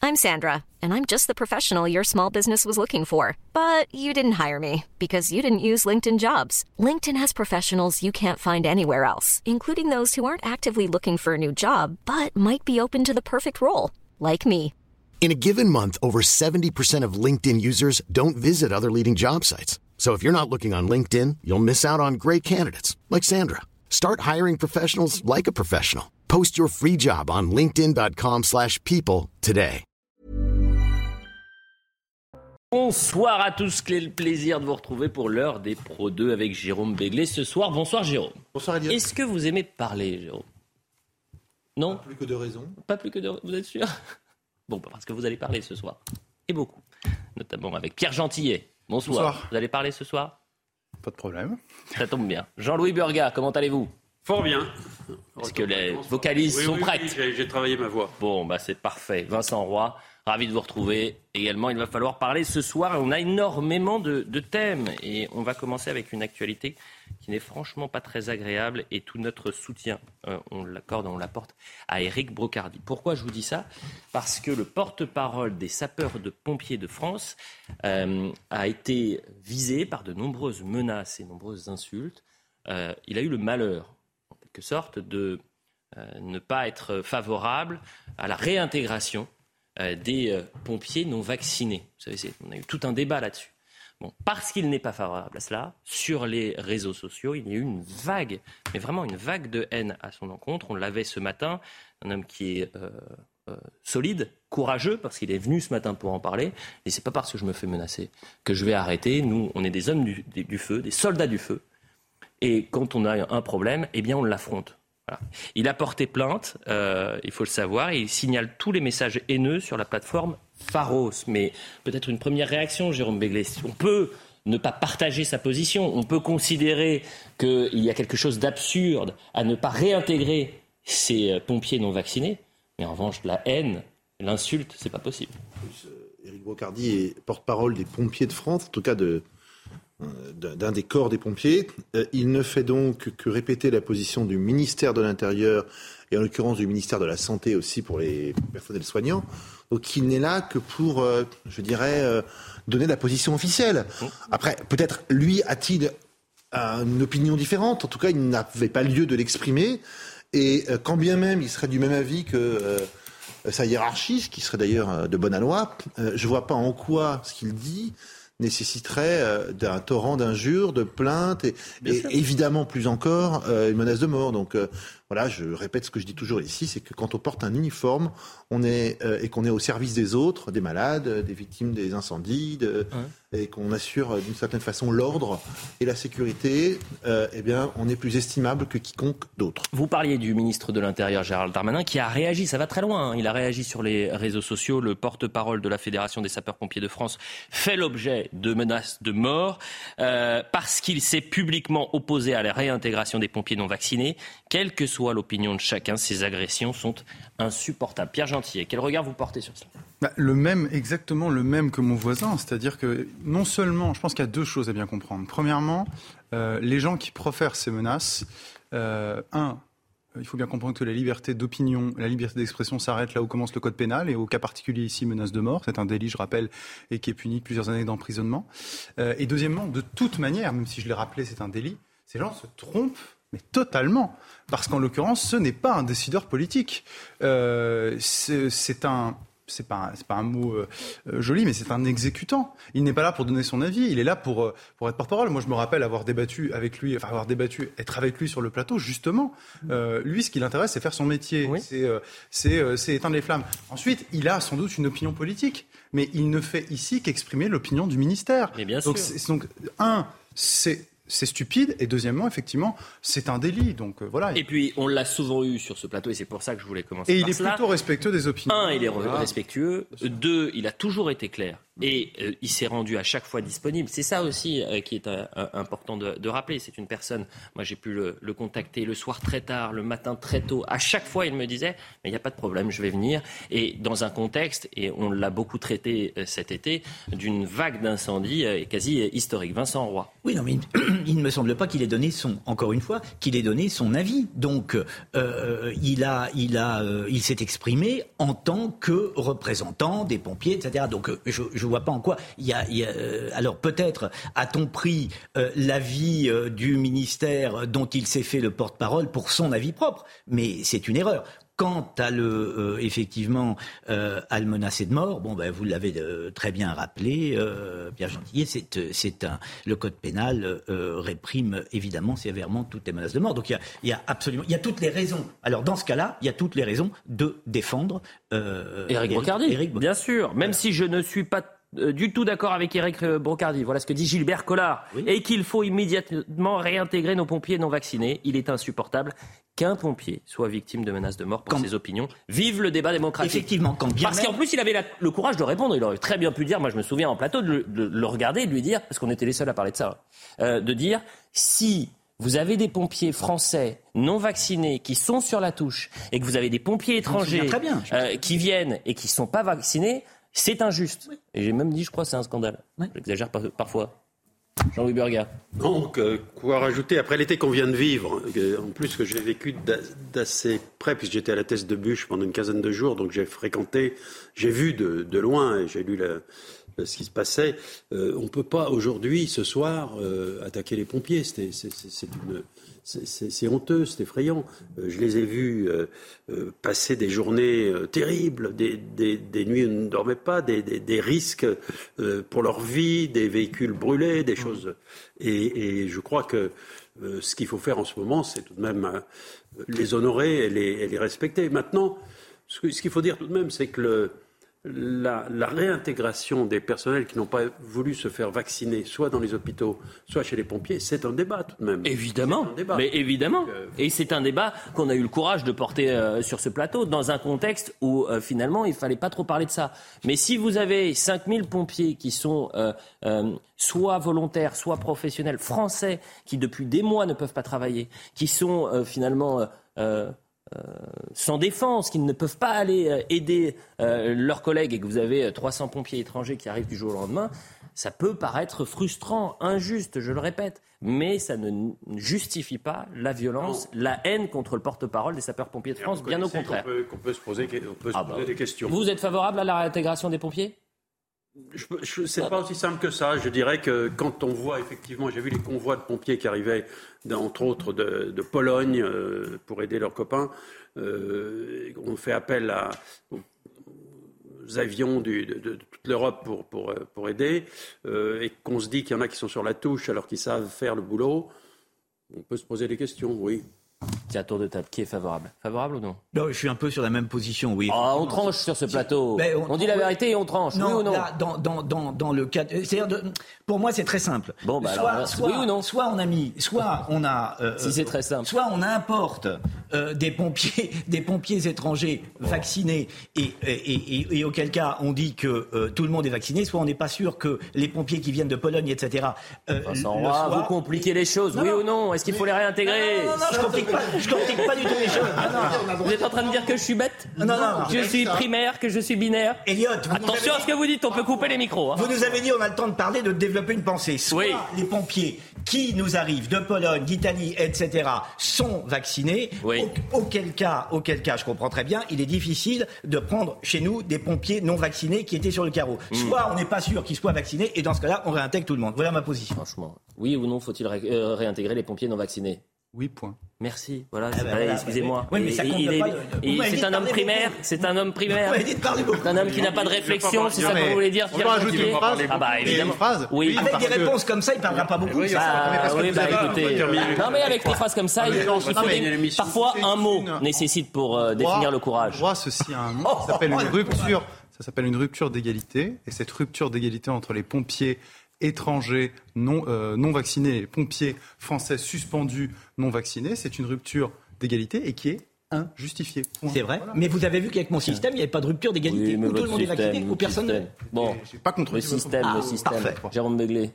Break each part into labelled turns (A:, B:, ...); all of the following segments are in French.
A: I'm Sandra, and I'm just the professional your small business was looking for. But you didn't hire me because you didn't use LinkedIn Jobs. LinkedIn has professionals you can't find anywhere else, including those who aren't actively looking for a new job, but might be open to the perfect role, like me.
B: In a given month, over 70% of LinkedIn users don't visit other leading job sites. So if you're not looking on LinkedIn, you'll miss out on great candidates like Sandra. Start hiring professionals like a professional. Post your free job on linkedin.com/people today.
C: Bonsoir à tous, quel plaisir de vous retrouver pour l'heure des Pro 2 avec Jérôme Béglé ce soir. Bonsoir Jérôme.
D: Bonsoir Elliot.
C: Est-ce que vous aimez parler, Jérôme? Non?
D: Pas plus que de raison.
C: Pas plus que de... Vous êtes sûr? Bon, parce que vous allez parler ce soir. Et beaucoup. Notamment avec Pierre Gentillet. Bonsoir. Vous allez parler ce soir?
D: Pas de problème.
C: Ça tombe bien. Jean-Louis Burga, comment allez-vous?
E: Fort bien.
C: Est-ce que les vocalises sont prêtes?
E: Oui, j'ai travaillé ma voix.
C: Bon, c'est parfait. Vincent Roy, ravi de vous retrouver. Également, il va falloir parler ce soir. On a énormément de thèmes. Et on va commencer avec une actualité qui n'est franchement pas très agréable. Et tout notre soutien, on l'apporte à Éric Brocardi. Pourquoi je vous dis ça? Parce que le porte-parole des sapeurs-pompiers de France a été visé par de nombreuses menaces et nombreuses insultes. Il a eu le malheur, en quelque sorte, de ne pas être favorable à la réintégration des pompiers non vaccinés. Vous savez, on a eu tout un débat là-dessus. Bon, parce qu'il n'est pas favorable à cela, sur les réseaux sociaux, il y a eu une vague, mais vraiment une vague de haine à son encontre. On l'avait ce matin, un homme qui est solide, courageux, parce qu'il est venu ce matin pour en parler. Et c'est pas parce que je me fais menacer que je vais arrêter. Nous, on est des hommes du feu, des soldats du feu. Et quand on a un problème, eh bien on l'affronte. Voilà. Il a porté plainte, il faut le savoir, et il signale tous les messages haineux sur la plateforme Pharos. Mais peut-être une première réaction, Jérôme Béglé. On peut ne pas partager sa position, on peut considérer qu'il y a quelque chose d'absurde à ne pas réintégrer ces pompiers non vaccinés, mais en revanche, la haine, l'insulte, c'est pas possible.
D: Éric Brocardi est porte-parole des pompiers de France, en tout cas d'un des corps des pompiers. Il ne fait donc que répéter la position du ministère de l'Intérieur et en l'occurrence du ministère de la Santé aussi pour les personnels soignants. Donc il n'est là que pour, donner la position officielle. Après, peut-être lui a-t-il une opinion différente. En tout cas, il n'avait pas lieu de l'exprimer. Et quand bien même il serait du même avis que sa hiérarchie, ce qui serait d'ailleurs de bonne loi, je ne vois pas en quoi ce qu'il dit nécessiterait d'un torrent d'injures, de plaintes et évidemment plus encore une menace de mort. Donc voilà, je répète ce que je dis toujours ici, c'est que quand on porte un uniforme, on est et qu'on est au service des autres, des malades, des victimes des incendies, et qu'on assure d'une certaine façon l'ordre et la sécurité, eh bien on est plus estimable que quiconque d'autre.
C: Vous parliez du ministre de l'Intérieur Gérald Darmanin qui a réagi, ça va très loin, il a réagi sur les réseaux sociaux. Le porte-parole de la Fédération des sapeurs-pompiers de France fait l'objet de menaces de mort parce qu'il s'est publiquement opposé à la réintégration des pompiers non vaccinés. Quelle que soit l'opinion de chacun, ces agressions sont insupportables. Pierre Gentillet, quel regard vous portez sur cela?
F: Exactement le même que mon voisin. C'est-à-dire que non seulement, je pense qu'il y a deux choses à bien comprendre. Premièrement, les gens qui profèrent ces menaces, il faut bien comprendre que la liberté d'opinion, la liberté d'expression s'arrête là où commence le code pénal et au cas particulier ici, menace de mort. C'est un délit, je rappelle, et qui est puni de plusieurs années d'emprisonnement. Et deuxièmement, de toute manière, même si je l'ai rappelé, c'est un délit, ces gens se trompent. Mais totalement, parce qu'en l'occurrence, ce n'est pas un décideur politique. C'est pas un mot joli, mais c'est un exécutant. Il n'est pas là pour donner son avis, il est là pour être porte-parole. Moi, je me rappelle avoir débattu avec lui, être avec lui sur le plateau, justement. Lui, ce qui l'intéresse, c'est faire son métier, oui. C'est éteindre les flammes. Ensuite, il a sans doute une opinion politique, mais il ne fait ici qu'exprimer l'opinion du ministère.
C: Mais bien sûr.
F: C'est stupide, et deuxièmement, effectivement, c'est un délit. Donc voilà.
C: Et puis, on l'a souvent eu sur ce plateau, et c'est pour ça que je voulais commencer par cela.
F: Et il est plutôt respectueux des opinions.
C: Il est respectueux. 2, il a toujours été clair. Et il s'est rendu à chaque fois disponible. C'est ça aussi qui est important de rappeler. C'est une personne, moi j'ai pu le contacter le soir très tard, le matin très tôt. À chaque fois, il me disait « mais il n'y a pas de problème, je vais venir ». Et dans un contexte, et on l'a beaucoup traité cet été, d'une vague d'incendies quasi historique. Vincent Roy.
G: Oui, non, mais il ne me semble pas qu'il ait donné encore une fois, qu'il ait donné son avis. Donc, il s'est exprimé en tant que représentant des pompiers, etc. Donc, je vois pas en quoi alors peut-être a-t-on pris l'avis du ministère dont il s'est fait le porte-parole pour son avis propre, mais c'est une erreur. Quant à effectivement, à le menacer de mort, vous l'avez très bien rappelé, Pierre Gentillet, le code pénal réprime évidemment sévèrement toutes les menaces de mort. Donc il y a toutes les raisons. Alors dans ce cas-là, il y a toutes les raisons de défendre
C: Éric Brocardi. Bien sûr, même si je ne suis pas du tout d'accord avec Éric Brocardi. Voilà ce que dit Gilbert Collard. Oui. Et qu'il faut immédiatement réintégrer nos pompiers non vaccinés. Il est insupportable qu'un pompier soit victime de menaces de mort pour ses opinions. Vive le débat démocratique.
G: Effectivement,
C: parce qu'en plus, il avait le courage de répondre. Il aurait très bien pu dire, moi je me souviens en plateau, de le regarder et de lui dire, parce qu'on était les seuls à parler de ça, de dire, si vous avez des pompiers français non vaccinés qui sont sur la touche et que vous avez des pompiers étrangers qui viennent et qui ne sont pas vaccinés, c'est injuste. Oui. Et j'ai même dit, je crois, c'est un scandale. Oui. J'exagère parfois. Jean-Louis Burga.
E: Donc, quoi rajouter après l'été qu'on vient de vivre, en plus que j'ai vécu d'assez près, puisque j'étais à la Thèse de Buch pendant une quinzaine de jours, donc j'ai vu de loin et j'ai lu ce qui se passait. On ne peut pas aujourd'hui, ce soir, attaquer les pompiers. C'est honteux, c'est effrayant. Je les ai vus passer des journées terribles, des nuits où ils ne dormaient pas, des risques pour leur vie, des véhicules brûlés, des choses. Et je crois que ce qu'il faut faire en ce moment, c'est tout de même les honorer et les respecter. Maintenant, ce qu'il faut dire tout de même, c'est que la réintégration des personnels qui n'ont pas voulu se faire vacciner, soit dans les hôpitaux, soit chez les pompiers, c'est un débat tout de même.
C: Évidemment, mais évidemment. Et c'est un débat qu'on a eu le courage de porter sur ce plateau, dans un contexte où finalement il ne fallait pas trop parler de ça. Mais si vous avez 5000 pompiers qui sont soit volontaires, soit professionnels, français, qui depuis des mois ne peuvent pas travailler, qui sont finalement sans défense, qui ne peuvent pas aller aider leurs collègues, et que vous avez 300 pompiers étrangers qui arrivent du jour au lendemain, ça peut paraître frustrant, injuste, je le répète, mais ça ne justifie pas la violence, la haine contre le porte-parole des sapeurs-pompiers de France, bien au contraire.
E: Qu'on peut se poser des questions.
C: Vous êtes favorable à la réintégration des pompiers ?
E: C'est pas aussi simple que ça. Je dirais que quand on voit effectivement, j'ai vu les convois de pompiers qui arrivaient, entre autres de Pologne, pour aider leurs copains. On fait appel aux avions de toute l'Europe pour aider, et qu'on se dit qu'il y en a qui sont sur la touche alors qu'ils savent faire le boulot. On peut se poser des questions, oui.
C: Tiens, tour de table, qui est favorable ? Favorable ou non ?
G: Non, je suis un peu sur la même position, oui.
C: On tranche sur ce plateau. On dit la vérité et on tranche, oui ou non ?
G: Là, dans le cas... pour moi, c'est très simple.
C: Bon, soit,
G: oui ou non ? Soit on a...
C: si c'est très simple.
G: Soit on importe des pompiers étrangers vaccinés et auquel cas on dit que tout le monde est vacciné, soit on n'est pas sûr que les pompiers qui viennent de Pologne, etc.
C: Vous compliquez les choses, oui ou non ? Est-ce qu'il faut les réintégrer ?
G: Je complique pas du tout les choses.
C: Vous êtes en train de dire que je suis bête ?
G: Non.
C: Je suis primaire, que je suis binaire ?
G: Elliot,
C: attention à ce que vous dites, on peut couper les micros.
G: Vous nous avez dit, on a le temps de parler, de développer une pensée. Soit les pompiers qui nous arrivent de Pologne, d'Italie, etc., sont vaccinés.
C: Oui.
G: Auquel cas, je comprends très bien, il est difficile de prendre chez nous des pompiers non vaccinés qui étaient sur le carreau. Soit on n'est pas sûr qu'ils soient vaccinés, et dans ce cas-là, on réintègre tout le monde. Voilà ma position.
C: Franchement, oui ou non, faut-il réintégrer les pompiers non vaccinés ?
F: Oui, point.
C: Merci. Voilà, excusez-moi.
G: Oui, mais ça compte pas.
C: C'est un homme primaire. C'est un homme primaire. C'est un homme qui n'a pas de réflexion. C'est ça que vous voulez dire.
F: On va rajouter une phrase.
C: Ah bah évidemment.
F: Oui.
G: Avec des réponses comme ça, il parlera pas beaucoup.
C: Écoutez. Non mais avec des phrases comme ça, parfois un mot nécessite pour définir le courage.
F: Le droit, ceci a un nom. Ça s'appelle une rupture. Ça s'appelle une rupture d'égalité. Et cette rupture d'égalité entre les pompiers étrangers non vaccinés et pompiers français suspendus non vaccinés, c'est une rupture d'égalité et qui est injustifié. Point.
G: C'est vrai.
F: Voilà.
G: Mais vous avez vu qu'avec mon système, il n'y avait pas de rupture d'égalité.
C: Oui, mais
G: Où tout le monde est
C: votre
G: vacciné, ou personne ne...
C: Bon,
F: Je suis pas contre
C: le système.
G: parfait.
C: Jérôme Begley.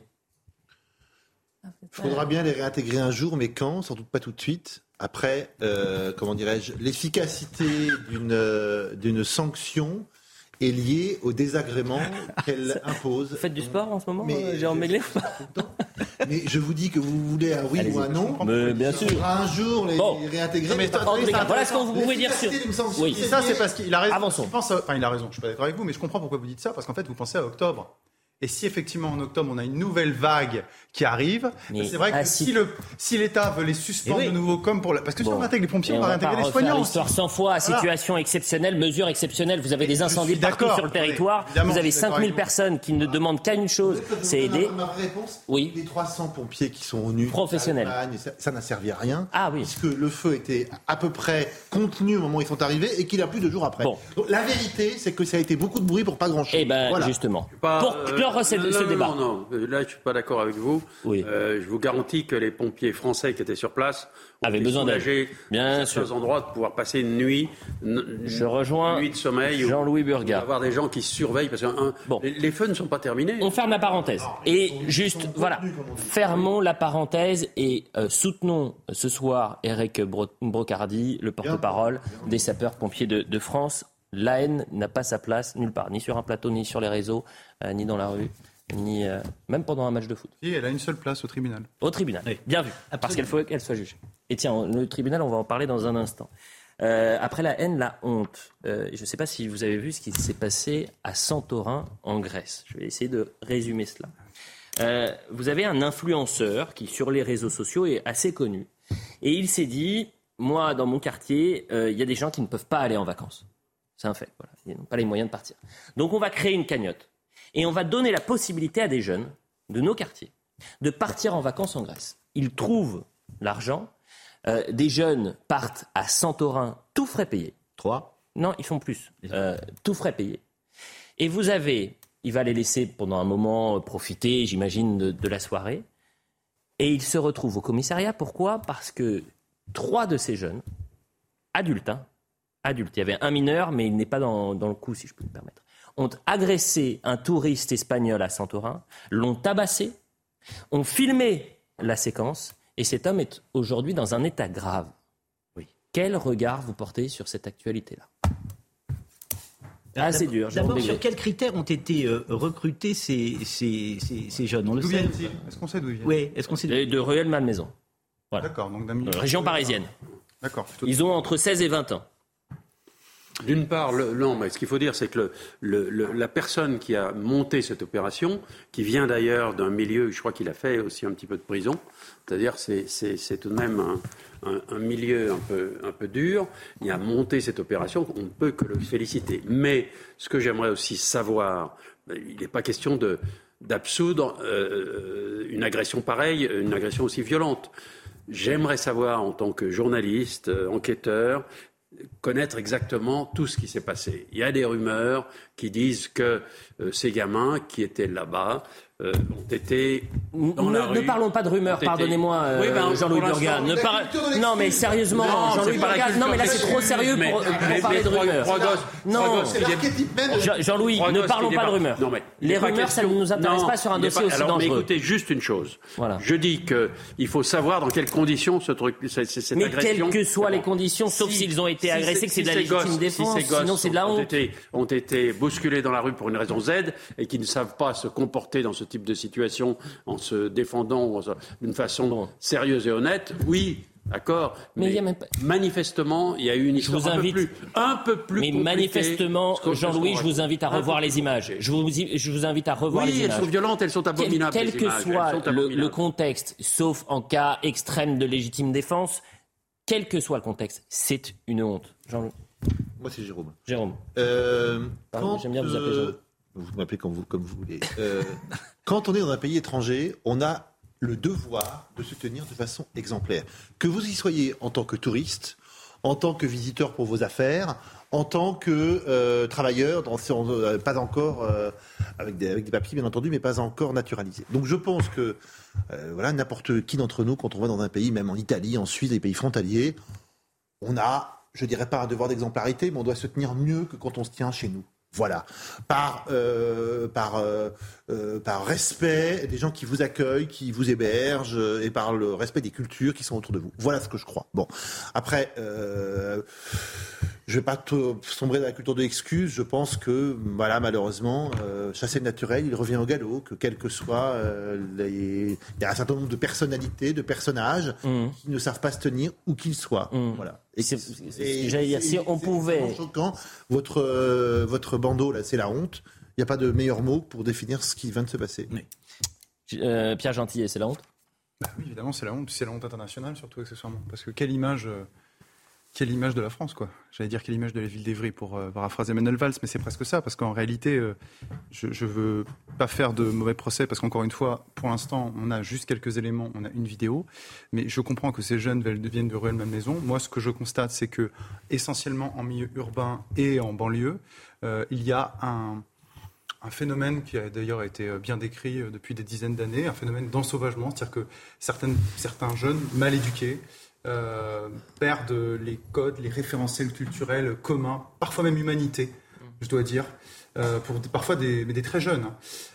D: Il faudra bien les réintégrer un jour, mais quand ? Sans doute pas tout de suite. Après, l'efficacité d'une sanction est liée au désagrément qu'elle impose.
C: Vous faites du sport en ce moment,
D: Mais
C: Jérôme Begley ?
D: Mais je vous dis que vous voulez un oui ou un non.
C: Mais bien sûr.
D: Il faudra un jour les réintégrer.
F: Mais
C: En tous les cas, voilà ce que vous pouvez dire sur... Oui.
F: Et ça, c'est parce qu'il a raison.
C: Avançons.
F: Il a raison, je suis pas d'accord avec vous, mais je comprends pourquoi vous dites ça, parce qu'en fait, vous pensez à octobre. Et si effectivement en octobre on a une nouvelle vague qui arrive, c'est vrai que si l'État veut les suspendre de nouveau comme pour parce que si on intègre les pompiers, on va intégrer les soignants.
C: L'histoire 100 fois, situation exceptionnelle, mesure exceptionnelle. Vous avez des incendies partout sur le territoire. Vous avez 5000 personnes qui ne demandent qu'à une chose, c'est aider.
D: Ma réponse,
C: oui.
D: Les 300 pompiers qui sont venus
C: professionnels,
D: ça n'a servi à rien.
C: Ah oui.
D: Puisque le feu était à peu près contenu au moment où ils sont arrivés et qu'il a plu 2 jours après.
C: Bon.
D: Donc, la vérité, c'est que ça a été beaucoup de bruit pour pas grand chose.
C: Eh ben justement. Pour clore ce débat.
E: Non, là je suis pas d'accord avec vous.
C: Oui.
E: Je vous garantis que les pompiers français qui étaient sur place
C: avaient besoin d'aide. Bien sûr.
E: Certains endroits de pouvoir passer une nuit.
C: Je rejoins
E: nuit de sommeil.
C: Jean-Louis Burgat.
E: Avoir des gens qui surveillent parce que les feux ne sont pas terminés.
C: On ferme la parenthèse. Et juste, voilà, fermons la parenthèse et soutenons ce soir Éric Brocardi, le porte-parole des sapeurs-pompiers de France. La haine n'a pas sa place nulle part, ni sur un plateau, ni sur les réseaux, ni dans la rue, ni même pendant un match de foot.
F: Et elle a une seule place au tribunal.
C: Au tribunal, oui. Bien vu, parce qu'il faut qu'elle soit jugée. Et tiens, le tribunal, on va en parler dans un instant. Après la haine, la honte. Je ne sais pas si vous avez vu ce qui s'est passé à Santorin, en Grèce. Je vais essayer de résumer cela. Vous avez un influenceur qui, sur les réseaux sociaux, est assez connu. Et il s'est dit, moi, dans mon quartier, il y a des gens qui ne peuvent pas aller en vacances. C'est un fait. Voilà. Ils n'ont pas les moyens de partir. Donc on va créer une cagnotte. Et on va donner la possibilité à des jeunes de nos quartiers de partir en vacances en Grèce. Ils trouvent l'argent. Des jeunes partent à Santorin, tout frais payé.
G: 3 ?
C: Non, ils font plus. Tout frais payé. Et vous avez... Il va les laisser pendant un moment profiter, j'imagine, de la soirée. Et ils se retrouvent au commissariat. Pourquoi ? Parce que 3 de ces jeunes, adultes, il y avait un mineur, mais il n'est pas dans le coup, si je peux me permettre, ont agressé un touriste espagnol à Santorin, l'ont tabassé, ont filmé la séquence, et cet homme est aujourd'hui dans un état grave. Oui. Quel regard vous portez sur cette actualité-là ? C'est dur.
G: D'abord, sur quels critères ont été recrutés ces jeunes ? On le sait.
F: Est-ce qu'on sait d'où ils viennent ?
G: Oui, est-ce qu'on sait
C: De Rueil-Malmaison. Voilà.
F: D'accord, donc d'un milieu.
C: Région parisienne.
F: D'accord.
C: Ils ont entre 16 et 20 ans.
E: D'une part, non, mais ce qu'il faut dire, c'est que la personne qui a monté cette opération, qui vient d'ailleurs d'un milieu, je crois qu'il a fait aussi un petit peu de prison, c'est-à-dire c'est tout de même un milieu un peu dur, il a monté cette opération, on ne peut que le féliciter. Mais ce que j'aimerais aussi savoir, il n'est pas question d'absoudre une agression pareille, une agression aussi violente. J'aimerais savoir, en tant que journaliste, enquêteur, connaître exactement tout ce qui s'est passé. Il y a des rumeurs qui disent que ces gamins qui étaient là-bas ont été dans la rue.
C: Ne parlons pas de rumeurs, pardonnez-moi, Jean-Louis Burgat. Non, mais sérieusement, Jean-Louis Burgat. Non, mais là, c'est trop sérieux pour parler de rumeurs. Non, Jean-Louis, ne parlons pas de rumeurs. Les rumeurs, ça ne nous intéresse pas sur un dossier aussi dangereux.
E: Mais écoutez, juste une chose.
C: Voilà.
E: Je dis qu'il faut savoir dans quelles conditions cette agression...
C: Mais quelles que soient les conditions, sauf s'ils ont été agressés, que c'est de la légitime défense, sinon c'est de la honte.
E: Ont été bousculés dans la rue pour une raison Z et qui ne savent pas se comporter dans ce type de situation en se défendant d'une façon sérieuse et honnête, oui, d'accord. Mais
C: il y a même pas...
E: manifestement, il y a eu une histoire un peu plus
C: mais
E: compliquée.
C: Manifestement, Jean-Louis, je vous invite à revoir les images. Je vous invite à revoir les images.
E: Oui, elles sont violentes, elles sont abominables.
C: Quel que soit le contexte, sauf en cas extrême de légitime défense, quel que soit le contexte, c'est une honte. Jean-Louis.
D: Moi, c'est Jérôme.
C: J'aime bien vous appeler Jérôme.
D: Vous m'appelez comme vous voulez. Quand on est dans un pays étranger, on a le devoir de se tenir de façon exemplaire. Que vous y soyez en tant que touriste, en tant que visiteur pour vos affaires, en tant que travailleur, pas encore avec des papiers bien entendu, mais pas encore naturalisés. Donc je pense que n'importe qui d'entre nous, quand on va dans un pays, même en Italie, en Suisse, des pays frontaliers, on a je dirais pas un devoir d'exemplarité, mais on doit se tenir mieux que quand on se tient chez nous. Voilà, par respect des gens qui vous accueillent, qui vous hébergent, et par le respect des cultures qui sont autour de vous. Voilà ce que je crois. Bon, après, je vais pas sombrer dans la culture de l'excuse. Je pense que, voilà, malheureusement, chasser le naturel, il revient au galop, que quel que soit il y a un certain nombre de personnalités, de personnages qui ne savent pas se tenir où qu'ils soient. Voilà.
C: J'allais dire, si on pouvait...
D: C'est choquant. Votre bandeau, là, c'est la honte. Il n'y a pas de meilleur mot pour définir ce qui vient de se passer.
C: Oui. Pierre Gentillet, c'est la honte ?
F: Oui, évidemment, c'est la honte. C'est la honte internationale, surtout accessoirement. Parce que quelle image de la France, quoi. J'allais dire quelle image de la ville d'Évry pour paraphraser Emmanuel Valls, mais c'est presque ça, parce qu'en réalité, je veux pas faire de mauvais procès, parce qu'encore une fois, pour l'instant, on a juste quelques éléments, on a une vidéo, mais je comprends que ces jeunes viennent de Rueil-Malmaison. Moi, ce que je constate, c'est que, essentiellement en milieu urbain et en banlieue, il y a un phénomène qui a d'ailleurs été bien décrit depuis des dizaines d'années, un phénomène d'ensauvagement, c'est-à-dire que certains jeunes mal éduqués perdent les codes, les référentiels culturels communs, parfois même humanité, je dois dire, pour parfois des très jeunes.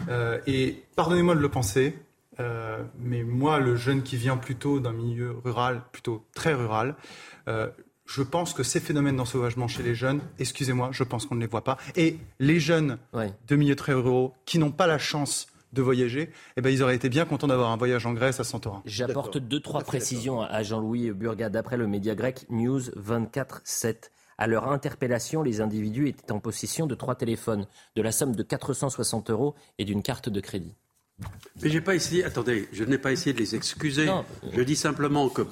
F: Et pardonnez-moi de le penser, mais moi, le jeune qui vient plutôt d'un milieu rural, plutôt très rural, je pense que ces phénomènes d'ensauvagement chez les jeunes, excusez-moi, je pense qu'on ne les voit pas. Et les jeunes de milieux très ruraux qui n'ont pas la chance de voyager, eh ben, ils auraient été bien contents d'avoir un voyage en Grèce à Santorin.
C: J'apporte 2-3 précisions à Jean-Louis Burgat. D'après le média grec News 24/7, à leur interpellation, les individus étaient en possession de 3 téléphones, de la somme de 460 € et d'une carte de crédit.
E: Mais je n'ai pas essayé de les excuser. Non. Je dis simplement que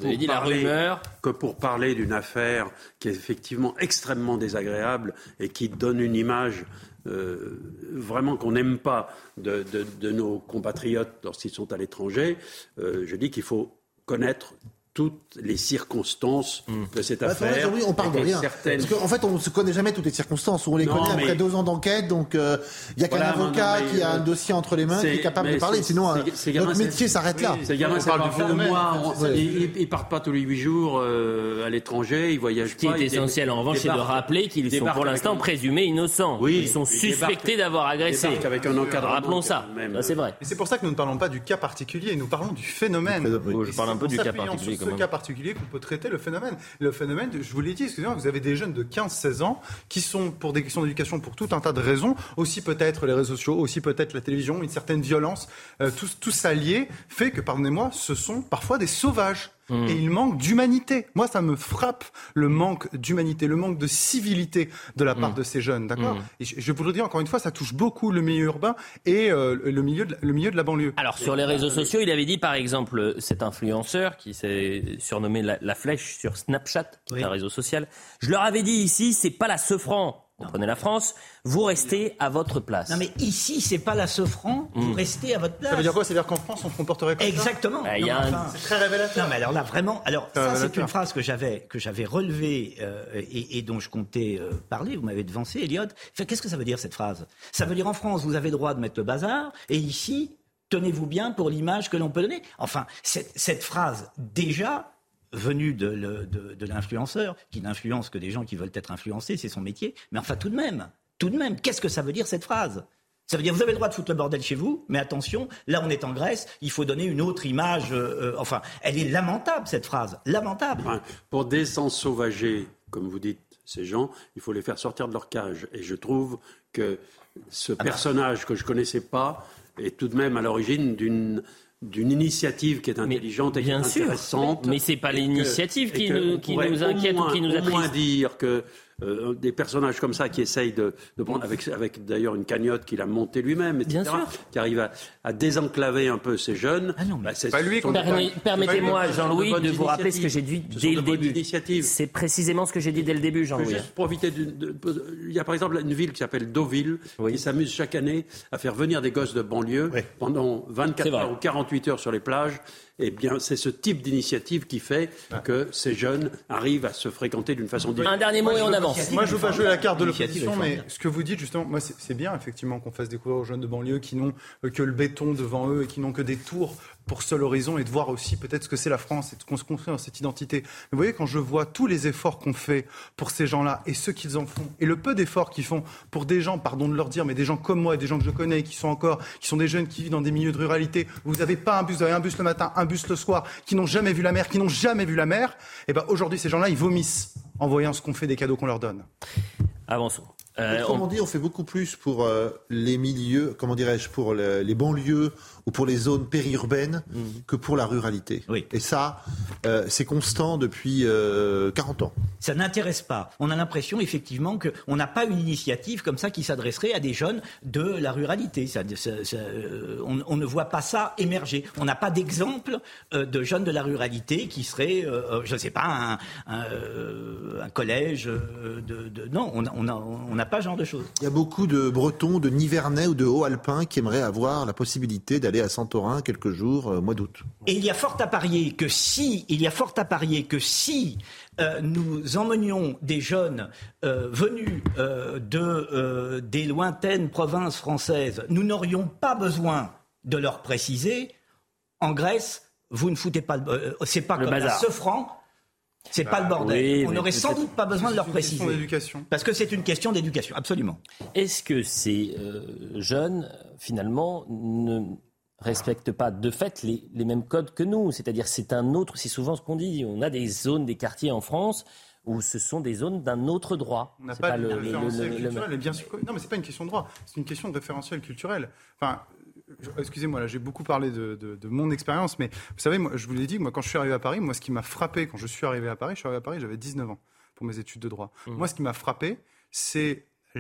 E: pour parler d'une affaire qui est effectivement extrêmement désagréable et qui donne une image vraiment qu'on n'aime pas de nos compatriotes lorsqu'ils sont à l'étranger, je dis qu'il faut connaître toutes les circonstances de cette affaire.
D: Oui, on parle de rien. Parce qu'en fait, on ne se connaît jamais toutes les circonstances. On les connaît après 2 ans d'enquête. Donc, il n'y a qu'un avocat qui a un dossier entre les mains qui est capable de parler. Sinon, notre métier s'arrête là.
E: Ces gamins, c'est pas de moi. Ils partent pas tous les 8 jours à l'étranger. Ils voyagent pas.
C: Ce qui est essentiel, en revanche, c'est de rappeler qu'ils sont pour l'instant présumés innocents.
E: Oui,
C: ils sont suspectés d'avoir agressé.
E: Avec un encadrement.
C: Rappelons ça. C'est vrai.
F: Et c'est pour ça que nous ne parlons pas du cas particulier. Nous parlons du phénomène.
C: Je parle un peu du cas particulier.
F: Ce cas particulier qu'on peut traiter le phénomène. Le phénomène, je vous l'ai dit, excusez-moi, vous avez des jeunes de 15-16 ans qui sont, pour des questions d'éducation, pour tout un tas de raisons, aussi peut-être les réseaux sociaux, aussi peut-être la télévision, une certaine violence, tout ça lié, fait que, pardonnez-moi, ce sont parfois des sauvages. Et il manque d'humanité. Moi, ça me frappe le manque d'humanité, le manque de civilité de la part de ces jeunes, d'accord ? Et je vous le dis encore une fois, ça touche beaucoup le milieu urbain et le milieu de la banlieue.
C: Alors, sur les réseaux sociaux, il avait dit, par exemple, cet influenceur qui s'est surnommé la Flèche sur Snapchat, un réseau social. Je leur avais dit ici, c'est pas la Sofran. Comprenez la France, vous restez à votre place.
G: Non mais ici, c'est pas la Sofran, vous restez à votre place.
F: Ça veut dire quoi ? C'est-à-dire qu'en France, on se comporterait comme
G: Exactement.
F: ça ?
G: Exactement.
F: C'est très révélateur.
G: Non mais alors là, vraiment, ça c'est une phrase que j'avais relevée et dont je comptais parler. Vous m'avez devancé, Elliot. Qu'est-ce que ça veut dire cette phrase ? Ça veut dire en France, vous avez le droit de mettre le bazar, et ici, tenez-vous bien pour l'image que l'on peut donner. Enfin, cette phrase, déjà... venu de l'influenceur, qui n'influence que des gens qui veulent être influencés, c'est son métier. Mais enfin, tout de même, qu'est-ce que ça veut dire cette phrase ? Ça veut dire vous avez le droit de foutre le bordel chez vous, mais attention, là on est en Grèce, il faut donner une autre image. Enfin, elle est lamentable cette phrase, lamentable.
E: Enfin, pour désensauvagger, comme vous dites, ces gens, il faut les faire sortir de leur cage. Et je trouve que ce personnage que je connaissais pas est tout de même à l'origine d'une initiative qui est intelligente et qui est intéressante.
C: Mais c'est pas l'initiative qui nous inquiète ou qui nous attriste.
E: Au moins dire que des personnages comme ça qui essayent de prendre, avec d'ailleurs une cagnotte qu'il a montée lui-même, etc., qui arrive à désenclaver un peu ces jeunes.
G: Ah non,
F: c'est pas lui.
C: Permettez-moi, Jean-Louis, de vous rappeler ce que j'ai dit dès le début. C'est précisément ce que j'ai dit dès le début, Jean-Louis.
E: Juste profiter il y a par exemple une ville qui s'appelle Deauville, qui s'amuse chaque année à faire venir des gosses de banlieue pendant 24 heures ou 48 heures sur les plages. Eh bien, c'est ce type d'initiative qui fait que ces jeunes arrivent à se fréquenter d'une façon différente.
C: Un dernier mot et on avance. avance.
F: Moi, je ne veux pas jouer la carte de
G: L'initiative
F: l'opposition,
G: est
F: mais
G: formidable.
F: ce que vous dites, justement, moi, c'est bien, effectivement, qu'on fasse découvrir aux jeunes de banlieue qui n'ont que le béton devant eux et qui n'ont que des tours pour seul horizon, et de voir aussi peut-être ce que c'est la France et qu'on se construit dans cette identité. Mais vous voyez, quand je vois tous les efforts qu'on fait pour ces gens-là et ceux qu'ils en font, et le peu d'efforts qu'ils font pour des gens, pardon de leur dire, mais des gens comme moi et des gens que je connais, qui sont des jeunes qui vivent dans des milieux de ruralité, où vous n'avez pas un bus, vous avez un bus le matin, un bus le soir, qui n'ont jamais vu la mer, et ben aujourd'hui, ces gens-là, ils vomissent en voyant ce qu'on fait des cadeaux qu'on leur donne.
C: Avançons.
D: Autrement dit, on fait beaucoup plus pour les milieux, pour les banlieues ou pour les zones périurbaines que pour la ruralité.
G: Oui.
D: Et ça, c'est constant depuis 40 ans.
G: Ça n'intéresse pas. On a l'impression effectivement qu'on n'a pas une initiative comme ça qui s'adresserait à des jeunes de la ruralité. On ne voit pas ça émerger. On n'a pas d'exemple de jeunes de la ruralité qui seraient, je ne sais pas, un collège Non, on n'a pas ce genre de choses.
D: Il y a beaucoup de Bretons, de Nivernais ou de Hauts-Alpins qui aimeraient avoir la possibilité d'aller à Santorin quelques jours au mois d'août. Et
G: il y a fort à parier que si nous emmenions des jeunes venus des lointaines provinces françaises, nous n'aurions pas besoin de leur préciser, en Grèce, vous ne foutez pas c'est pas comme la Sofran. C'est pas le bordel.
C: Oui,
G: on n'aurait sans doute pas besoin de leur préciser.
F: C'est une question d'éducation.
G: Parce que c'est une question d'éducation, absolument.
C: Est-ce que ces jeunes, finalement, ne respectent pas de fait les mêmes codes que nous ? C'est-à-dire, c'est souvent ce qu'on dit. On a des zones, des quartiers en France où ce sont des zones d'un autre droit.
F: On n'a pas de référentiel culturel, et bien sûr. Non, mais c'est pas une question de droit. C'est une question de référentiel culturel. Enfin. Excusez-moi, là j'ai beaucoup parlé de mon expérience, mais vous savez, moi, je vous l'ai dit, moi quand je suis arrivé à Paris, ce qui m'a frappé quand je suis arrivé à Paris, j'avais 19 ans pour mes études de droit. Moi, ce qui m'a frappé, c'est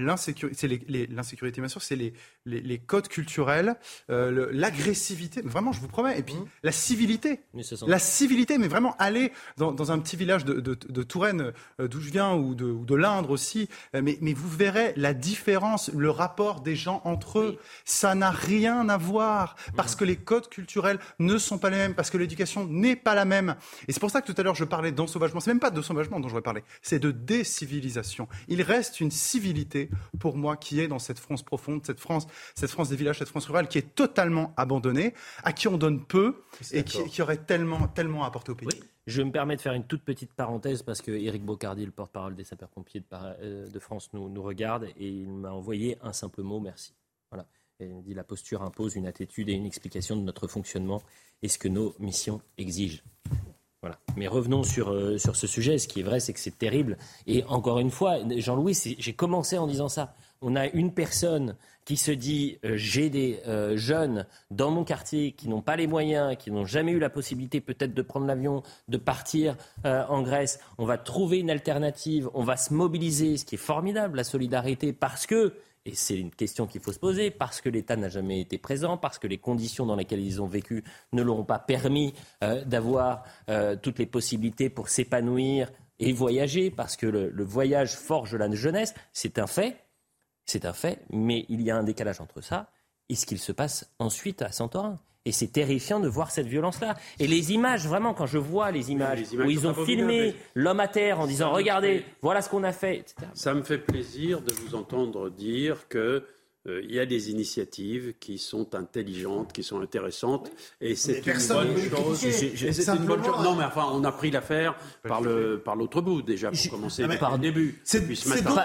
F: l'insécurité, bien sûr, c'est les codes culturels, l'agressivité, vraiment, je vous promets, et puis la civilité. La civilité, mais vraiment aller dans un petit village de Touraine, d'où je viens, ou de l'Indre aussi, mais vous verrez la différence, le rapport des gens entre eux. Ça n'a rien à voir, parce que les codes culturels ne sont pas les mêmes, parce que l'éducation n'est pas la même. Et c'est pour ça que tout à l'heure, je parlais d'ensauvagement. C'est même pas d'ensauvagement dont je vais parler, c'est de décivilisation. Il reste une civilité pour moi, qui est dans cette France profonde, cette France des villages, cette France rurale, qui est totalement abandonnée, à qui on donne peu et qui aurait tellement à apporter au pays.
C: Oui. Je me permets de faire une toute petite parenthèse parce que Éric Bocardi, le porte-parole des sapeurs-pompiers de France, nous regarde et il m'a envoyé un simple mot, merci. Voilà. Et il dit la posture impose une attitude et une explication de notre fonctionnement et ce que nos missions exigent. Voilà. Mais revenons sur ce sujet. Ce qui est vrai, c'est que c'est terrible. Et encore une fois, Jean-Louis, j'ai commencé en disant ça. On a une personne qui se dit j'ai des jeunes dans mon quartier qui n'ont pas les moyens, qui n'ont jamais eu la possibilité peut-être de prendre l'avion, de partir en Grèce. On va trouver une alternative, on va se mobiliser, ce qui est formidable, la solidarité, parce que, et c'est une question qu'il faut se poser, parce que l'État n'a jamais été présent, parce que les conditions dans lesquelles ils ont vécu ne leur ont pas permis d'avoir toutes les possibilités pour s'épanouir et voyager, parce que le voyage forge la jeunesse, c'est un fait. C'est un fait, mais il y a un décalage entre ça et ce qu'il se passe ensuite à Santorin. Et c'est terrifiant de voir cette violence-là. Et les images, vraiment, quand je vois les images où ils ont filmé l'homme à terre en disant « Regardez, voilà ce qu'on a fait », etc.
E: Ça me fait plaisir de vous entendre dire que il y a des initiatives qui sont intelligentes, qui sont intéressantes, et c'est une bonne chose. C'est une bonne chose. Non, mais enfin, on a pris l'affaire par l'autre bout déjà pour commencer par le début. Depuis ce matin.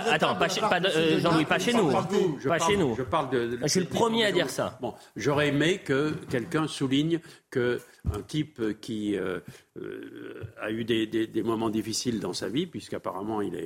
C: Jean-Louis, pas chez nous. Pas chez nous.
E: Je
C: suis le premier à dire ça.
E: Bon, j'aurais aimé que quelqu'un souligne que un type qui a eu des moments difficiles dans sa vie, puisqu'apparemment il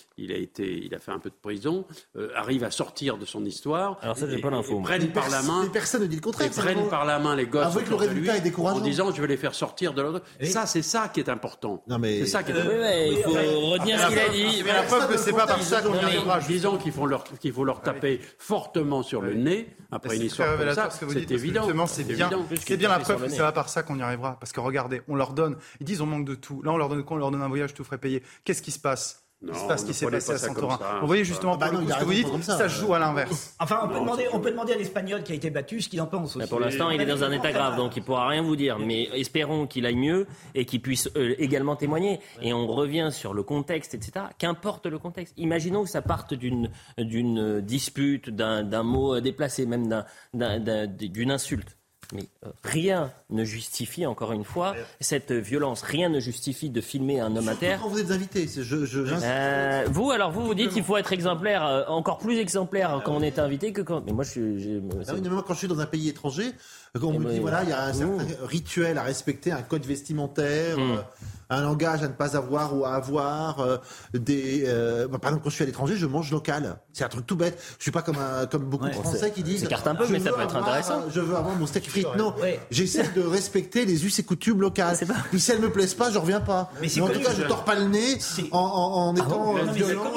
E: a fait un peu de prison, arrive à sortir de son histoire.
C: Alors ça, c'est pas l'info.
E: Prennent par la main.
D: Personne ne dit le contraire.
E: Prennent par la main les gosses.
D: Avec le résultat est décourageant.
E: En disant je vais les faire sortir de l'autre. Ça, c'est ça qui est important.
D: Non mais
E: c'est ça qui est important.
C: Il faut retenir ce qu'il a dit.
F: Mais la preuve que c'est pas par ça qu'on y arrivera.
E: Disons qu'il faut leur taper fortement sur le nez après une histoire comme ça. C'est évident.
F: C'est bien la preuve que c'est pas par ça qu'on y arrivera. Parce que regardez, on leur donne. Ils disent on manque de tout. Là, on leur donne quoi ? On leur donne un voyage tout frais payé. Qu'est-ce qui se passe ? Il se passe ce qui s'est passé à Santorin.
E: Ça,
F: vous voyez justement, pour le coup, ce que vous dites, ça se joue à l'inverse.
G: Enfin, on peut demander à l'Espagnol qui a été battu ce qu'il en pense aussi.
C: Pour l'instant, il est dans un état grave, donc il ne pourra rien vous dire. Mais espérons qu'il aille mieux et qu'il puisse également témoigner. Et on revient sur le contexte, etc. Qu'importe le contexte. Imaginons que ça parte d'une dispute, d'un mot déplacé, même d'une insulte. Mais rien ne justifie, encore une fois, cette violence. Rien ne justifie de filmer un homme à terre.
D: Quand vous êtes invité,
C: Vous dites qu'il faut être exemplaire, encore plus exemplaire quand on est invité que quand. Mais moi,
D: moi, quand je suis dans un pays étranger, quand on me dit voilà, il y a un certain rituel à respecter, un code vestimentaire, un langage à ne pas avoir ou à avoir, par exemple, quand je suis à l'étranger, je mange local. C'est un truc tout bête. Je suis pas comme beaucoup de Français qui disent.
C: S'écarte un peu, mais ça peut être intéressant.
D: Je veux avoir mon steak frites. Non, j'essaie de respecter les us et coutumes locales. Puis si elles me plaisent pas, je reviens pas. Mais en tout cas, je tords pas le nez en étant violent.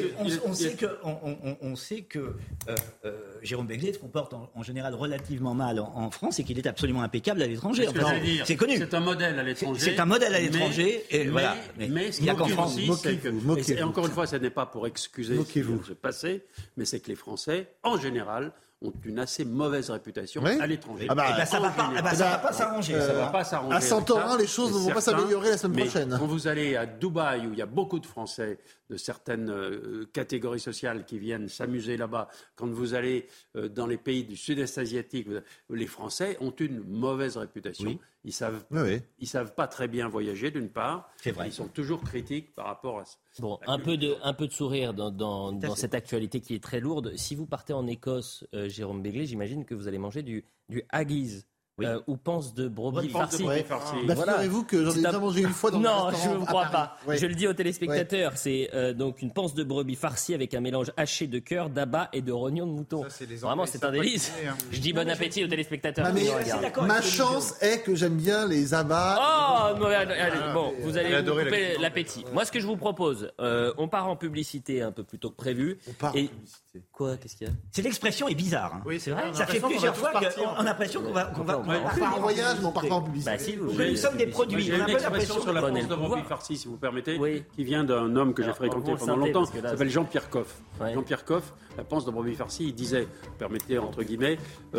G: On sait que Jérôme Béglé se comporte en général relativement mal en France et qu'il est absolument impeccable à l'étranger. C'est connu.
E: C'est un modèle à l'étranger.
G: C'est un modèle à l'étranger.
E: Mais
G: il y a qu'en France.
E: Et encore une fois, ce n'est pas pour excuser ce qui s'est passé, mais c'est que les Français, en général, ont une assez mauvaise réputation à l'étranger.
G: Ça va pas s'arranger.
D: À Santorin, les choses ne vont pas s'améliorer la semaine prochaine.
E: Quand vous allez à Dubaï, où il y a beaucoup de Français de certaines catégories sociales qui viennent s'amuser là-bas, quand vous allez dans les pays du sud-est asiatique, les Français ont une mauvaise réputation. Oui. Ils savent pas très bien voyager, d'une part.
G: C'est vrai.
E: Ils sont toujours critiques par rapport à ça.
C: Bon, un peu de sourire dans cette actualité qui est très lourde. Si vous partez en Écosse, Jérôme Béglé, j'imagine que vous allez manger du haggis. Oui. Ou panse de brebis farcie.
D: Figurez-vous que j'en ai déjà mangé une fois dans un restaurant.
C: Non, je ne vous crois pas. Oui. Je le dis aux téléspectateurs, c'est donc une panse de brebis farcie avec un mélange haché de cœur, d'abat et de rognon de mouton. Vraiment, c'est un délice. Je dis bon appétit aux téléspectateurs.
D: Ma chance est que j'aime bien les abats.
C: Bon, vous allez vous couper l'appétit. Moi, ce que je vous propose, on part en publicité un peu plus tôt que prévu.
D: On part en publicité.
C: Quoi ? Qu'est-ce qu'il y a ?
G: C'est l'expression est bizarre.
C: Oui, c'est vrai.
G: Ça fait plusieurs fois qu'on a l'impression qu'on va.
D: On part en voyage, mais on part pas en publicité.
G: Nous sommes des produits.
E: J'ai une expression sur la panse de brebis farcie, si vous permettez, qui vient d'un homme que j'ai fréquenté pendant longtemps, qui s'appelle Jean-Pierre Coff. Jean-Pierre Coff, la panse de brebis farcie, il disait, permettez entre guillemets,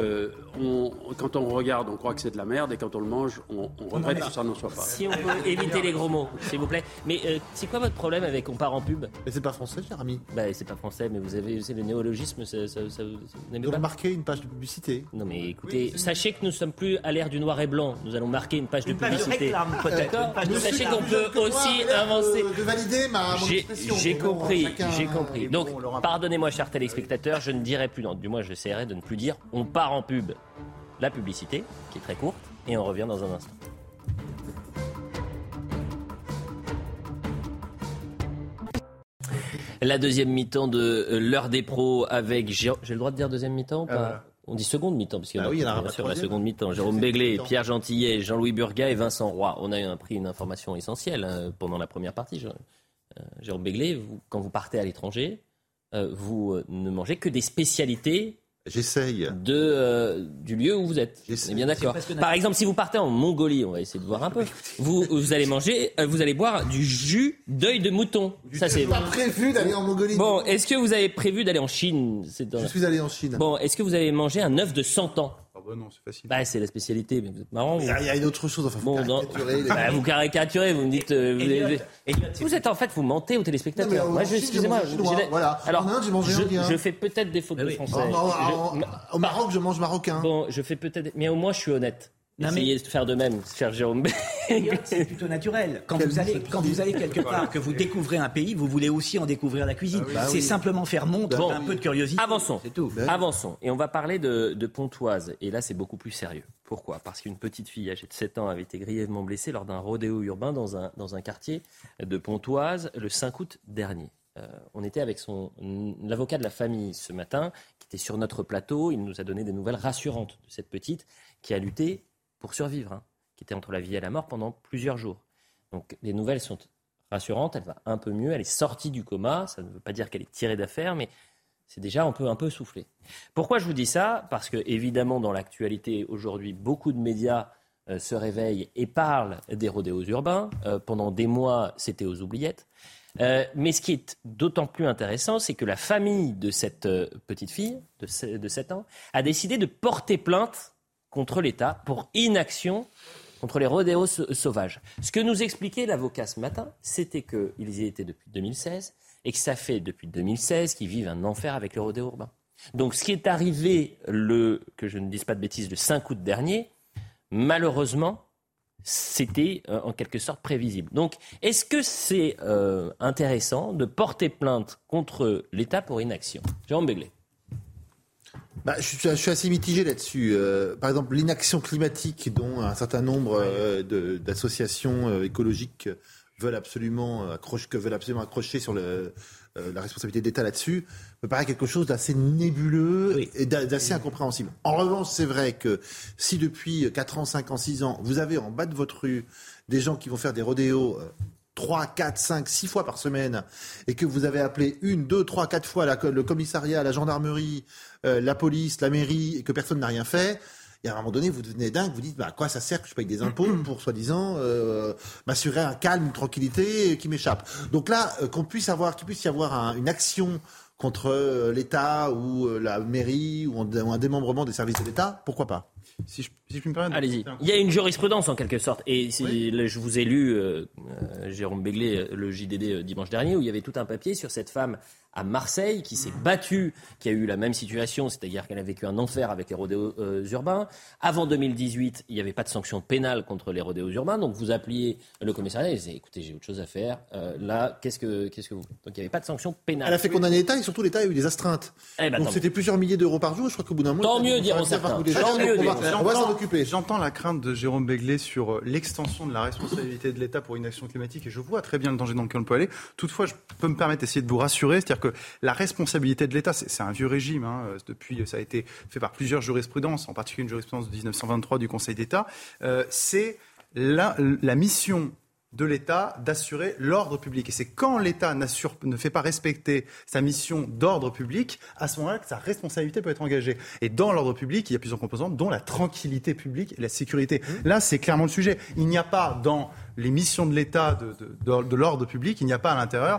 E: quand on regarde, on croit que c'est de la merde, et quand on le mange, on regrette que ça n'en soit pas.
C: Si on peut éviter les gros mots, s'il vous plaît. Mais c'est quoi votre problème avec on part en pub ?
D: Mais c'est pas français, cher ami.
C: C'est pas français, mais vous avez le néologisme, ça vous n'aimez pas ?
D: Marquer une page de publicité.
C: Non mais écoutez, sachez que nous sommes plus à l'ère du noir et blanc. Nous allons marquer une page de publicité.
G: Réclame, peut-être.
C: Sachez qu'on peut aussi avancer.
D: De valider mon expression.
C: J'ai compris. Donc, pardonnez-moi, chers téléspectateurs, je ne dirai plus, du moins j'essaierai de ne plus dire, on part en pub. La publicité, qui est très courte, et on revient dans un instant. La deuxième mi-temps de l'heure des pros avec... J'ai le droit de dire deuxième mi-temps ou pas ? On dit seconde mi-temps, parce qu'il y a bien sûr la seconde mi-temps. Jérôme Béglé, Pierre Gentillet, Jean-Louis Burgat et Vincent Roy. On a pris une information essentielle pendant la première partie. Jérôme Béglé, quand vous partez à l'étranger, vous ne mangez que des spécialités.
D: J'essaye.
C: Du lieu où vous êtes. On est bien d'accord. Par exemple, si vous partez en Mongolie, on va essayer de voir un peu. Vous allez manger, vous allez boire du jus d'œil de mouton.
D: Ça, c'est pas prévu d'aller en Mongolie.
C: Bon, est-ce que vous avez prévu d'aller en Chine ?
D: Je suis allé en Chine.
C: Bon, est-ce que vous avez mangé un œuf de 100 ans ?
F: Non, c'est facile.
C: C'est la spécialité, mais vous êtes marrant.
D: Il y a une autre chose, vous caricaturez.
C: Vous caricaturez, vous me dites... vous êtes en fait, vous mentez aux téléspectateurs. Moi, excusez-moi.
D: Voilà. Alors,
C: je fais peut-être des fautes de français.
D: Au Maroc, je mange marocain.
C: Bon, je fais peut-être... Mais au moins, je suis honnête. Essayez de faire de même, cher Jérôme.
G: C'est plutôt naturel. Quand vous allez quelque part, que vous découvrez un pays, vous voulez aussi en découvrir la cuisine. C'est simplement faire montre un peu de curiosité.
C: Avançons.
G: C'est tout.
C: Avançons. Et on va parler de Pontoise. Et là, c'est beaucoup plus sérieux. Pourquoi ? Parce qu'une petite fille âgée de 7 ans avait été grièvement blessée lors d'un rodéo urbain dans un quartier de Pontoise le 5 août dernier. On était avec l'avocat de la famille ce matin, qui était sur notre plateau. Il nous a donné des nouvelles rassurantes de cette petite qui a lutté pour survivre, qui était entre la vie et la mort pendant plusieurs jours. Donc les nouvelles sont rassurantes, elle va un peu mieux, elle est sortie du coma, ça ne veut pas dire qu'elle est tirée d'affaire, mais c'est déjà un peu soufflé. Pourquoi je vous dis ça ? Parce que évidemment dans l'actualité aujourd'hui, beaucoup de médias se réveillent et parlent des rodéos urbains. Pendant des mois, c'était aux oubliettes. Mais ce qui est d'autant plus intéressant, c'est que la famille de cette petite fille de 7 ans a décidé de porter plainte contre l'État pour inaction contre les rodéos sauvages. Ce que nous expliquait l'avocat ce matin, c'était qu'ils y étaient depuis 2016 et que ça fait depuis 2016 qu'ils vivent un enfer avec les rodéos urbains. Donc ce qui est arrivé, que je ne dise pas de bêtises, le 5 août dernier, malheureusement, c'était en quelque sorte prévisible. Donc est-ce que c'est intéressant de porter plainte contre l'État pour inaction ? Jérôme Béglé.
D: Je suis assez mitigé là-dessus. Par exemple, l'inaction climatique dont un certain nombre d'associations écologiques veulent absolument accrocher sur la responsabilité d'État là-dessus, me paraît quelque chose d'assez nébuleux et d'assez incompréhensible. En revanche, c'est vrai que si depuis 4 ans, 5 ans, 6 ans, vous avez en bas de votre rue des gens qui vont faire des rodéos 3, 4, 5, 6 fois par semaine et que vous avez appelé 1, 2, 3, 4 fois le commissariat, la gendarmerie, la police, la mairie et que personne n'a rien fait, et à un moment donné vous devenez dingue, vous dites à quoi ça sert que je paye des impôts pour soi-disant m'assurer un calme, une tranquillité qui m'échappe. Donc là, qu'il puisse y avoir une action contre l'État ou la mairie ou un démembrement des services de l'État, pourquoi pas ?
F: Si je puis me permettre.
C: Allez-y. Il y a une jurisprudence en quelque sorte. Et je vous ai lu, Jérôme Béglé, le JDD dimanche dernier, où il y avait tout un papier sur cette femme à Marseille qui s'est battue, qui a eu la même situation, c'est-à-dire qu'elle a vécu un enfer avec les rodéos urbains. Avant 2018, il n'y avait pas de sanction pénale contre les rodéos urbains. Donc vous appeliez le commissariat et vous disiez, écoutez, j'ai autre chose à faire. Là, qu'est-ce que vous... Donc il n'y avait pas de sanction pénale.
D: Elle a fait condamner l'État et surtout l'État a eu des astreintes. Donc c'était plusieurs milliers d'euros par jour. Je crois qu'au bout d'un moment...
C: Tant mieux, diront certains.
D: On va s'en occuper.
F: J'entends la crainte de Jérôme Béglé sur l'extension de la responsabilité de l'État pour une action climatique et je vois très bien le danger dans lequel on peut aller. Toutefois, je peux me permettre d'essayer de vous rassurer, c'est-à-dire que la responsabilité de l'État, c'est un vieux régime. Depuis, ça a été fait par plusieurs jurisprudences, en particulier une jurisprudence de 1923 du Conseil d'État. C'est la mission de l'État d'assurer l'ordre public. Et c'est quand l'État ne fait pas respecter sa mission d'ordre public, à ce moment-là que sa responsabilité peut être engagée. Et dans l'ordre public, il y a plusieurs composantes, dont la tranquillité publique et la sécurité. Là, c'est clairement le sujet. Il n'y a pas dans les missions de l'État de l'ordre public, il n'y a pas à l'intérieur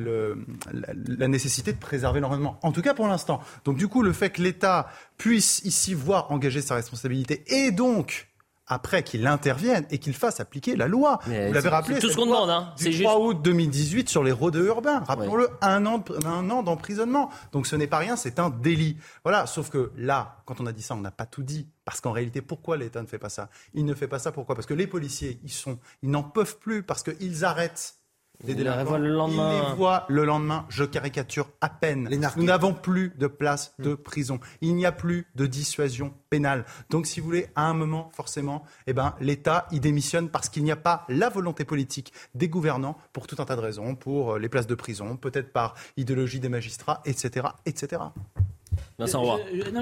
F: la nécessité de préserver l'environnement. En tout cas pour l'instant. Donc du coup, le fait que l'État puisse ici voir engager sa responsabilité et donc après qu'il intervienne et qu'il fasse appliquer la loi.
C: Mais
F: vous l'avez rappelé,
C: c'est tout ce qu'on demande.
F: Du 3 août 2018 sur les rodéos urbains. Rappelons-le, un an d'emprisonnement. Donc ce n'est pas rien, c'est un délit. Voilà, sauf que là, quand on a dit ça, on n'a pas tout dit. Parce qu'en réalité, pourquoi l'État ne fait pas ça ? Il ne fait pas ça, pourquoi ? Parce que les policiers, ils n'en peuvent plus, parce qu'ils arrêtent les délinquants. Ils les voient le lendemain. Je caricature à peine. Nous n'avons plus de place de prison. Il n'y a plus de dissuasion pénale. Donc, si vous voulez, à un moment, forcément, l'État, il démissionne parce qu'il n'y a pas la volonté politique des gouvernants pour tout un tas de raisons, pour les places de prison, peut-être par idéologie des magistrats, etc., etc.
C: Vincent Roy.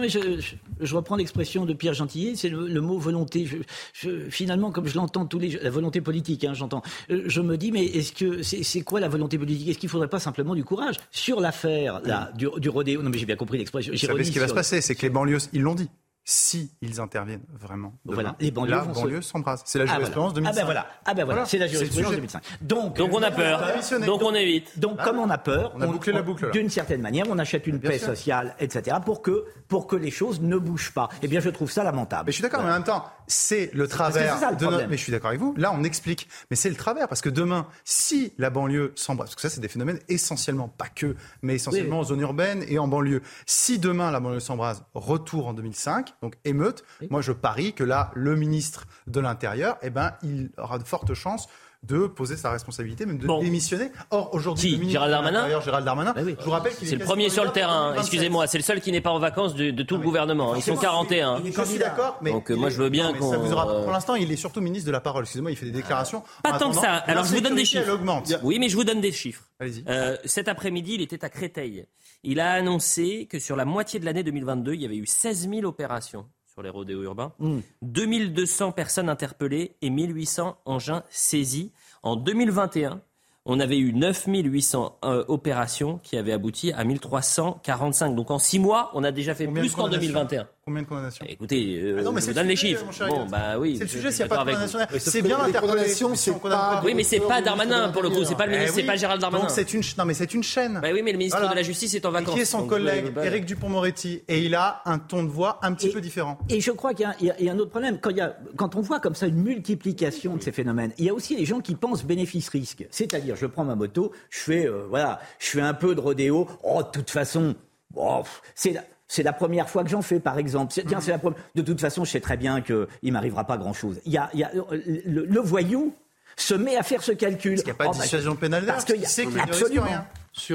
G: Je reprends l'expression de Pierre Gentillet, c'est le mot volonté. Finalement, comme je l'entends la volonté politique, j'entends. Je me dis, mais est-ce que c'est quoi la volonté politique ? Est-ce qu'il ne faudrait pas simplement du courage sur l'affaire du rodéo ? Non, mais j'ai bien compris l'expression.
F: Vous savez ce qui va se passer, c'est que les banlieues, ils l'ont dit. Si ils interviennent vraiment, demain,
G: les banlieues
F: s'embrassent. C'est la jurisprudence 2005.
G: Voilà. C'est la jurisprudence 2005. Donc
C: on a peur. Donc on évite.
G: Donc comme on a peur,
F: on a bouclé la boucle.
G: D'une certaine manière, on achète une paix sociale, etc. pour que les choses ne bougent pas. Eh bien, je trouve ça lamentable.
F: Mais je suis d'accord, mais en même temps, c'est le travers de notre... Mais je suis d'accord avec vous. Là, on explique. Mais c'est le travers, parce que demain, si la banlieue s'embrasse, parce que ça, c'est des phénomènes essentiellement, pas que, mais essentiellement en zone urbaine et en banlieue. Si demain, la banlieue s'embrase, retour en 2005, donc émeute, moi, je parie que là, le ministre de l'Intérieur, il aura de fortes chances de poser sa responsabilité, même de démissionner. Or, aujourd'hui, le ministre de l'Intérieur, Gérald Darmanin, je vous rappelle qu'il
C: c'est le premier sur le terrain. Excusez-moi, c'est le seul qui n'est pas en vacances de tout le gouvernement. Ils sont 41.
F: Je suis d'accord, mais
C: donc moi je veux bien qu'on...
F: Pour l'instant, il est surtout ministre de la parole. Excusez-moi, il fait des déclarations.
C: Pas tant que ça. Alors je vous donne des chiffres.
F: Elle augmente.
C: Oui, mais je vous donne des chiffres.
F: Allez-y.
C: Cet après-midi, il était à Créteil. Il a annoncé que sur la moitié de l'année 2022, il y avait eu 16 000 opérations sur les rodéos urbains, 2200 personnes interpellées et 1800 engins saisis. En 2021, on avait eu 9800 opérations qui avaient abouti à 1345. Donc en 6 mois, on a déjà fait plus qu'en 2021.
F: Combien de condamnations ?
C: Écoutez,
F: non, mais
C: je vous donne les chiffres.
F: Bon,
C: bah oui.
F: C'est le sujet, s'il n'y a pas de condamnation. C'est bien d'interpeller.
D: C'est pas.
C: Oui, mais c'est pas Darmanin pour le coup. C'est pas le ministre, c'est pas Gérald Darmanin.
F: Donc c'est une chaîne.
C: Bah oui, mais le ministre de la Justice est en vacances.
F: Et qui est son collègue Éric Dupond-Moretti, et il a un ton de voix un petit peu différent.
G: Et je crois qu'il y a un autre problème. Quand on voit comme ça une multiplication de ces phénomènes, il y a aussi les gens qui pensent bénéfice-risque. C'est-à-dire, je prends ma moto, je fais un peu de rodéo. Oh, de toute façon, c'est la première fois que j'en fais, par exemple. De toute façon, je sais très bien qu'il ne m'arrivera pas grand-chose. Le voyou se met à faire ce calcul.
F: Parce qu'il n'y a pas de dissuasion pénale
G: parce qu'il sait qu'il ne risque rien.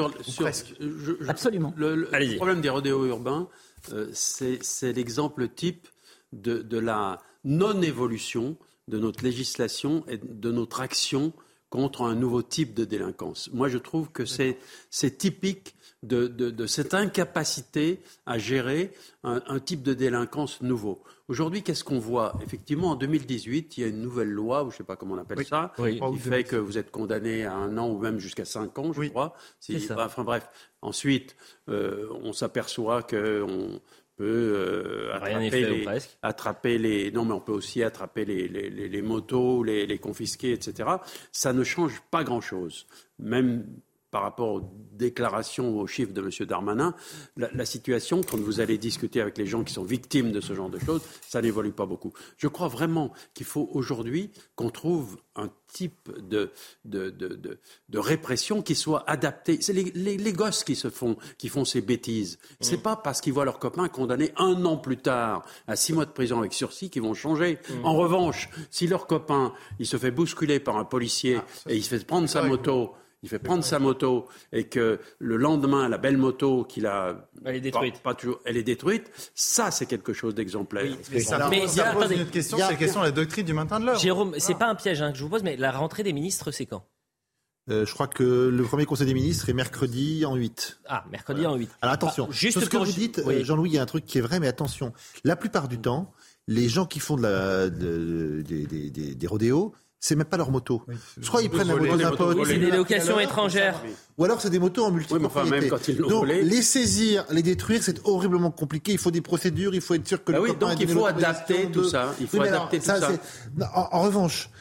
E: Absolument. Le problème des rodéos urbains, c'est l'exemple type de la non-évolution de notre législation et de notre action contre un nouveau type de délinquance. Moi, je trouve que c'est typique de cette incapacité à gérer un type de délinquance nouveau. Aujourd'hui, qu'est-ce qu'on voit ? Effectivement, en 2018, il y a une nouvelle loi, ou je ne sais pas comment on appelle ça, qui fait que vous êtes condamné à 1 an ou même jusqu'à 5 ans, je crois.
C: C'est ça.
E: Enfin bref. Ensuite, on s'aperçoit qu'on peut attraper les... Non, mais on peut aussi attraper les motos, les confisquer, etc. Ça ne change pas grand-chose. Même par rapport aux déclarations, aux chiffres de M. Darmanin, la situation, quand vous allez discuter avec les gens qui sont victimes de ce genre de choses, ça n'évolue pas beaucoup. Je crois vraiment qu'il faut aujourd'hui qu'on trouve un type de répression qui soit adapté. C'est les gosses qui font ces bêtises. C'est pas parce qu'ils voient leurs copains condamnés 1 an plus tard à 6 mois de prison avec sursis qu'ils vont changer. En revanche, si leur copain, il se fait bousculer par un policier et il se fait prendre sa moto... Il fait prendre sa moto et que le lendemain, la belle moto qu'il a...
C: Elle est détruite.
E: Elle est détruite. Ça, c'est quelque chose d'exemplaire.
F: Oui, mais ça pose une autre question, c'est la question de la doctrine du maintien de l'ordre.
C: Jérôme, c'est pas un piège que je vous pose, mais la rentrée des ministres, c'est quand ?
D: Je crois que le premier conseil des ministres est mercredi en 8.
C: Ah, mercredi en 8.
D: Alors attention, juste ce que vous dites, Jean-Louis, il y a un truc qui est vrai, mais attention. La plupart du temps, les gens qui font des rodéos, c'est même pas leur moto. Je crois qu'ils prennent la moto d'un pote.
C: C'est des locations étrangères.
D: Ou alors c'est des motos en multipropriété.
E: Même quand ils l'ont
D: donc
E: volé.
D: Les saisir, les détruire, c'est horriblement compliqué. Il faut des procédures, il faut être sûr que le copain...
E: Donc il faut adapter tout ça.
D: En revanche,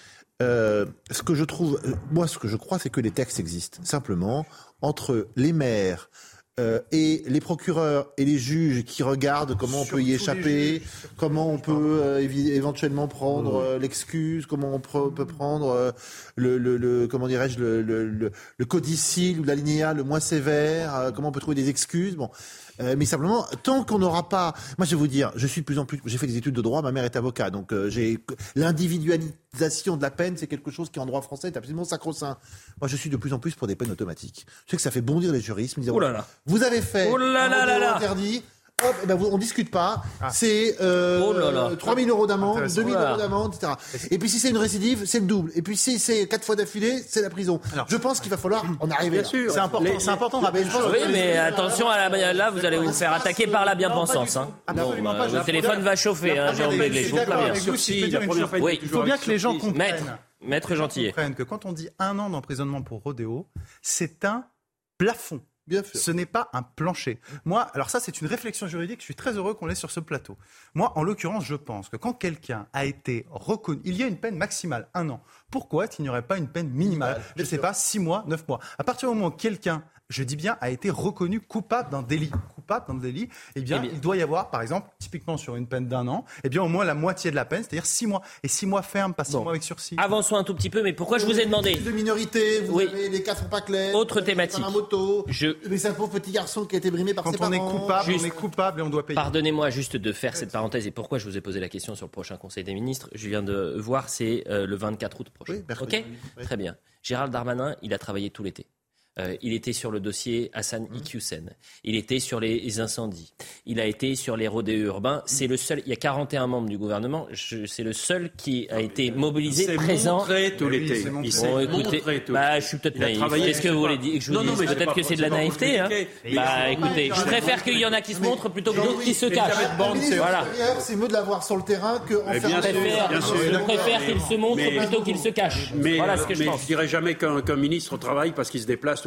D: ce que je trouve... Moi, ce que je crois, c'est que les textes existent. Simplement, entre les maires... et les procureurs et les juges qui regardent comment on peut y échapper, comment on peut éventuellement prendre l'excuse, comment on peut prendre comment dirais-je le codicile ou l'alinéa le moins sévère, comment on peut trouver des excuses. Bon. Mais simplement, tant qu'on n'aura pas... Moi, je vais vous dire, je suis de plus en plus... J'ai fait des études de droit, ma mère est avocat, donc l'individualisation de la peine, c'est quelque chose qui, en droit français, est absolument sacro-saint. Moi, je suis de plus en plus pour des peines automatiques. Je sais que ça fait bondir les juristes.
C: Oh là là.
D: Vous avez fait un interdit... Hop, on ne discute pas. C'est 3 000 euros d'amende, 2 000 euros d'amende, etc. Et puis si c'est une récidive, c'est le double. Et puis si c'est 4 fois d'affilée, c'est la prison. Alors, je pense qu'il va falloir en arriver là.
E: Sûr.
F: C'est important de rappeler une chose.
C: Oui, mais attention, là, vous allez vous faire attaquer par la bien-pensance. Le téléphone va chauffer, Jérôme Béglé, je vous préviens.
F: Il faut bien que les gens comprennent.
C: Maître Gentillet.
F: Que quand on dit 1 an d'emprisonnement pour rodéo, c'est un plafond.
D: Bien sûr.
F: Ce n'est pas un plancher. Moi, alors ça, c'est une réflexion juridique. Je suis très heureux qu'on l'ait sur ce plateau. Moi, en l'occurrence, je pense que quand quelqu'un a été reconnu, il y a une peine maximale, 1 an. Pourquoi il n'y aurait pas une peine minimale ? Je ne sais pas, 6 mois, 9 mois. À partir du moment où quelqu'un, je dis bien, a été reconnu coupable d'un délit, eh bien, il doit y avoir, par exemple, typiquement sur une peine d'1 an, eh bien, au moins la moitié de la peine, c'est-à-dire 6 mois. Et 6 mois ferme, pas 6 mois avec sursis.
C: Avançons un tout petit peu, mais pourquoi je vous ai demandé ?
D: De minorité, vous avez les cas sont pas clairs.
C: Autre thématique.
D: Mais c'est un pauvre petit garçon qui a été brimé par ses parents.
F: Quand on est coupable et on doit payer.
C: Pardonnez-moi juste de faire cette parenthèse et pourquoi je vous ai posé la question sur le prochain Conseil des ministres. Je viens de voir, c'est le 24 août prochain.
D: Oui,
C: ok ? Oui. Très bien. Gérald Darmanin, il a travaillé tout l'été. Il était sur le dossier Hassan Iqiyoussen. Il était sur les incendies. Il a été sur les rodéos urbains. C'est le seul. Il y a 41 membres du gouvernement. C'est le seul qui a été mobilisé, présent.
E: Tout l'été.
C: Il s'est montré tout. Je suis peut-être naïf. Qu'est-ce que vous voulez dire que je vous dise ? Peut-être que c'est de la naïveté. Écoutez, je préfère qu'il y en a qui se montrent plutôt que d'autres qui se cachent.
D: Voilà. C'est mieux de l'avoir sur le terrain qu'enfermé.
C: Je préfère qu'il se montre plutôt qu'il se cache. Voilà ce que je pense.
E: Je dirais jamais qu'un ministre travaille parce qu'il se déplace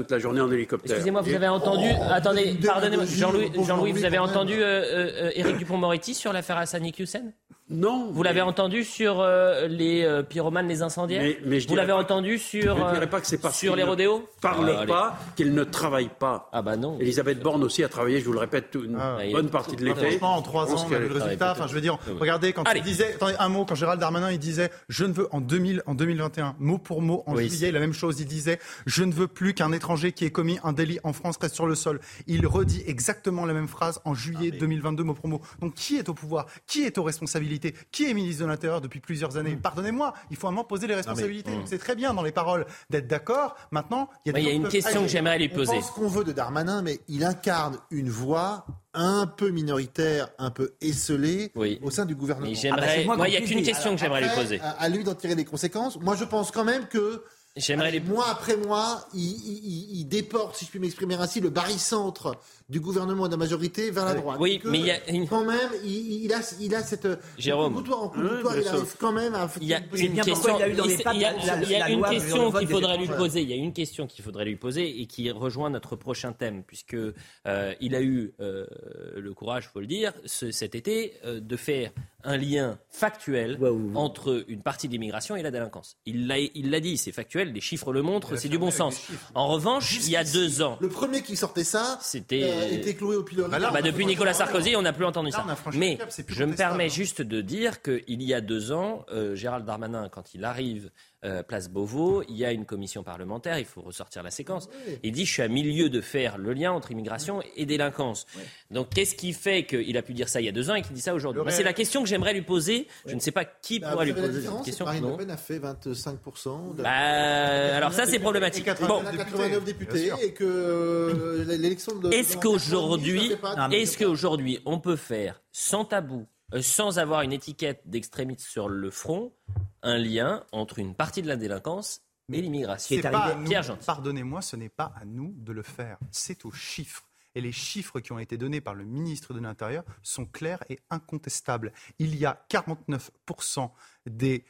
E: toute la journée en hélicoptère.
C: Excusez-moi, vous avez entendu... Attendez, pardonnez-moi. Jean-Louis, vous avez entendu Éric Dupond-Moretti sur l'affaire Hassani Hussein ?
E: Non.
C: Vous l'avez entendu sur les pyromanes, les incendiaires ? Vous l'avez entendu sur,
E: je ne dirais pas que c'est parce
C: sur les rodéos ?
E: Parle pas, qu'il ne travaille pas.
C: Ah bah non.
E: Elisabeth Borne aussi a travaillé, je vous le répète, une bonne partie de l'été.
F: Franchement, en 3 ans, on a vu le résultat. Enfin, je veux dire, regardez, quand il disait... Attendez, un mot, quand Gérald Darmanin, il disait « Je ne veux, en 2021, mot pour mot, en juillet, la même chose, il disait « Je ne veux plus qu'un étranger qui ait commis un délit en France reste sur le sol ». Il redit exactement la même phrase en juillet 2022, mot pour mot. Donc, qui est au pouvoir ? Qui est aux responsabilités ? Qui est ministre de l'Intérieur depuis plusieurs années ? Pardonnez-moi, il faut à un moment poser les responsabilités. C'est très bien dans les paroles d'être d'accord. Maintenant, il y a
C: une question que j'aimerais lui poser.
D: On pense qu'on veut de Darmanin, mais il incarne une voix un peu minoritaire, un peu esselée au sein du gouvernement.
C: Moi, il n'y a qu'une question que j'aimerais lui poser.
D: À lui d'en tirer les conséquences. Moi, je pense quand même que mois après mois, il déporte, si je puis m'exprimer ainsi, le barycentre du gouvernement et de la majorité vers la droite.
C: Oui, mais il y a
D: quand même, il a cette
C: Jérôme,
D: couteau en couteau, il arrive quand même à.
C: Il y a une question qu'il faudrait lui poser. Il y a une question qu'il faudrait lui poser et qui rejoint notre prochain thème, puisque il a eu le courage, faut le dire, cet été, de faire un lien factuel entre une partie de l'immigration et la délinquance. Il l'a dit, c'est factuel, les chiffres le montrent, c'est du bon sens. En revanche, il y a 2 ans...
D: Le premier qui sortait ça, était cloué au pilori.
C: Depuis Nicolas Sarkozy, on n'a plus entendu ça. Mais je me permets juste de dire qu'il y a 2 ans, Gérald Darmanin, quand il arrive place Beauvau, il y a une commission parlementaire, il faut ressortir la séquence. Il dit, je suis à milieu de faire le lien entre immigration et délinquance. Donc qu'est-ce qui fait qu'il a pu dire ça il y a 2 ans et qu'il dit ça aujourd'hui ? C'est la question que j'aimerais lui poser. Je ne sais pas qui pourra lui poser cette question.
D: Marine Le Pen a fait 25%.
C: Alors ça, c'est problématique.
D: Elle a 89 députés et que l'élection de...
C: Est-ce qu'aujourd'hui, on peut faire sans tabou, sans avoir une étiquette d'extrémiste sur le front, un lien entre une partie de la délinquance et l'immigration ?
F: Pardonnez-moi, ce n'est pas à nous de le faire. C'est aux chiffres. Et les chiffres qui ont été donnés par le ministre de l'Intérieur sont clairs et incontestables. Il y a 49% des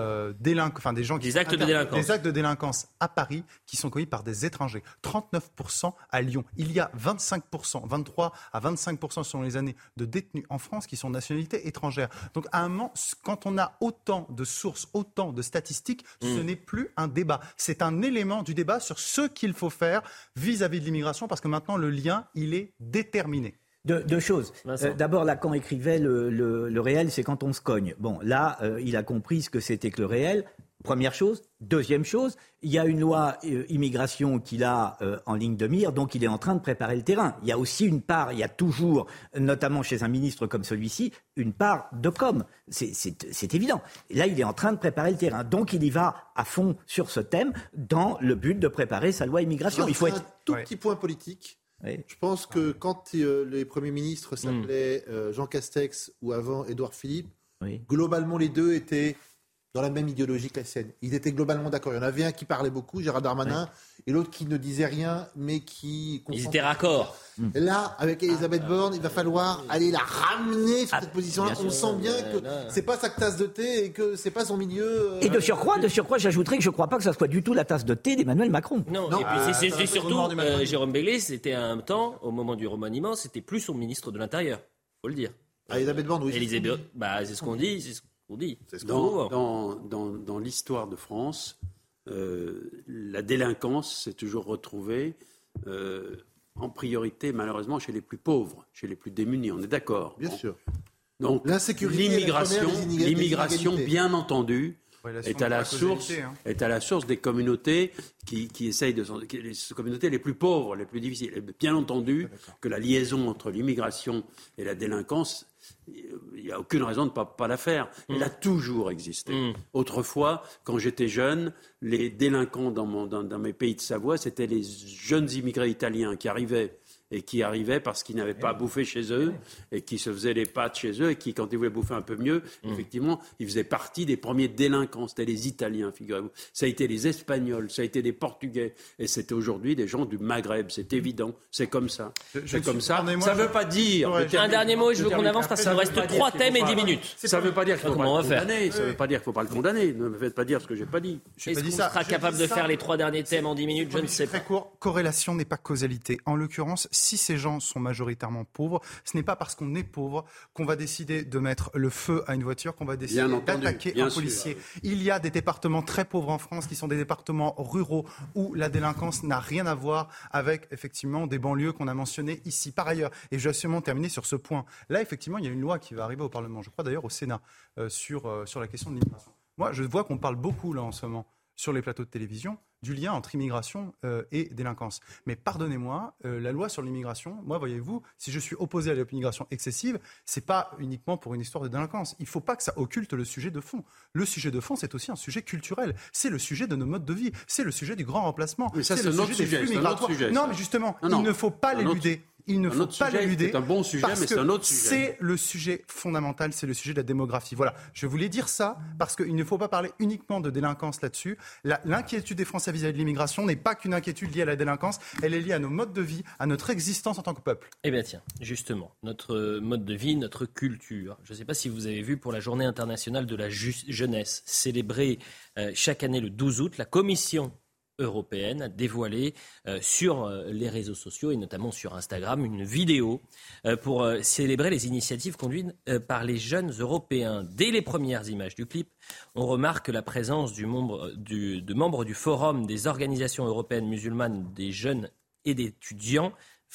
F: actes de délinquance à Paris qui sont commis par des étrangers. 39% à Lyon. Il y a 25%, 23 à 25% selon les années de détenus en France qui sont de nationalité étrangère. Donc à un moment, quand on a autant de sources, autant de statistiques, ce n'est plus un débat. C'est un élément du débat sur ce qu'il faut faire vis-à-vis de l'immigration parce que maintenant le lien, il est déterminé.
G: 2 choses. D'abord, Lacan écrivait le réel, c'est quand on se cogne. Bon, là, il a compris ce que c'était que le réel. Première chose. Deuxième chose, il y a une loi immigration qu'il a en ligne de mire, donc il est en train de préparer le terrain. Il y a aussi une part, il y a toujours, notamment chez un ministre comme celui-ci, une part de com. C'est évident. Là, il est en train de préparer le terrain. Donc, il y va à fond sur ce thème dans le but de préparer sa loi immigration.
D: Il faut être... un tout petit point politique. Oui. Je pense que quand les premiers ministres s'appelaient Jean Castex ou avant Édouard Philippe, globalement les deux étaient dans la même idéologie que la sienne. Ils étaient globalement d'accord. Il y en avait un qui parlait beaucoup, Gérald Darmanin, et l'autre qui ne disait rien, mais qui...
C: Ils étaient raccords.
D: Là, avec Elisabeth Borne, il va falloir aller la ramener sur cette position-là. On sent bien que c'est pas sa tasse de thé et que c'est pas son milieu...
G: Et de surcroît, j'ajouterais que je ne crois pas que ça soit du tout la tasse de thé d'Emmanuel Macron.
C: Non. Et puis c'est surtout, Jérôme Béglé, c'était un temps, au moment du remaniement, c'était plus son ministre de l'Intérieur, il faut le dire.
D: Elisabeth Borne, oui.
C: C'est ce qu'on dit,
E: Dans l'histoire de France, la délinquance s'est toujours retrouvée en priorité, malheureusement, chez les plus pauvres, chez les plus démunis. On est d'accord.
D: Bien sûr.
E: Donc, l'immigration, bien entendu, est à la source des communautés qui essayent les communautés les plus pauvres, les plus difficiles. Et bien entendu que la liaison entre l'immigration et la délinquance, il n'y a aucune raison de ne pas la faire. Elle a toujours existé. Autrefois, quand j'étais jeune, les délinquants dans mes pays de Savoie, c'était les jeunes immigrés italiens qui arrivaient et qui arrivaient parce qu'ils n'avaient pas à bouffer chez eux et qui se faisaient les pâtes chez eux et qui, quand ils voulaient bouffer un peu mieux, effectivement, ils faisaient partie des premiers délinquants. C'était les Italiens, figurez-vous. Ça a été les Espagnols, ça a été les Portugais et c'était aujourd'hui des gens du Maghreb. C'est évident, c'est comme ça. C'est comme ça. Ça ne veut pas dire...
C: Un dernier mot, je veux qu'on avance parce qu'il nous reste 3 thèmes et 10 minutes.
E: Ça ne veut pas dire qu'il ne faut pas le condamner. Ça ne veut pas dire qu'il ne faut pas le condamner. Ne me faites pas dire ce que je n'ai pas dit.
C: Est-ce qu'on sera capable de faire les 3 derniers thèmes en 10 minutes? Je ne sais pas.
F: Très court, corrélation n'est pas causalité. En l'occurrence, si ces gens sont majoritairement pauvres, ce n'est pas parce qu'on est pauvre qu'on va décider de mettre le feu à une voiture, qu'on va décider d'attaquer un policier. Il y a des départements très pauvres en France qui sont des départements ruraux où la délinquance n'a rien à voir avec effectivement des banlieues qu'on a mentionnées ici. Par ailleurs, et je vais absolument terminer sur ce point, là effectivement il y a une loi qui va arriver au Parlement, je crois d'ailleurs au Sénat, sur la question de l'immigration. Moi je vois qu'on parle beaucoup là en ce moment sur les plateaux de télévision, du lien entre immigration et délinquance. Mais pardonnez-moi, la loi sur l'immigration, moi, voyez-vous, si je suis opposé à l'immigration excessive, c'est pas uniquement pour une histoire de délinquance. Il ne faut pas que ça occulte le sujet de fond. Le sujet de fond, c'est aussi un sujet culturel. C'est le sujet de nos modes de vie. C'est le sujet du grand remplacement.
E: Mais ça,
F: c'est le sujet des flux migratoires. Non, mais justement, il ne faut pas l'éluder. Il ne faut pas l'éluder.
E: C'est un bon sujet, mais c'est un autre sujet.
F: C'est le sujet fondamental, c'est le sujet de la démographie. Voilà, je voulais dire ça parce qu'il ne faut pas parler uniquement de délinquance là-dessus. L'inquiétude des Français vis-à-vis de l'immigration n'est pas qu'une inquiétude liée à la délinquance, elle est liée à nos modes de vie, à notre existence en tant que peuple.
C: Eh bien tiens, justement, notre mode de vie, notre culture. Je ne sais pas si vous avez vu pour la Journée internationale de la jeunesse, célébrée chaque année le 12 août, la Commission européenne a dévoilé sur les réseaux sociaux et notamment sur Instagram une vidéo pour célébrer les initiatives conduites par les jeunes européens. Dès les premières images du clip, on remarque la présence de membres du Forum des organisations européennes musulmanes des jeunes et d'étudiants,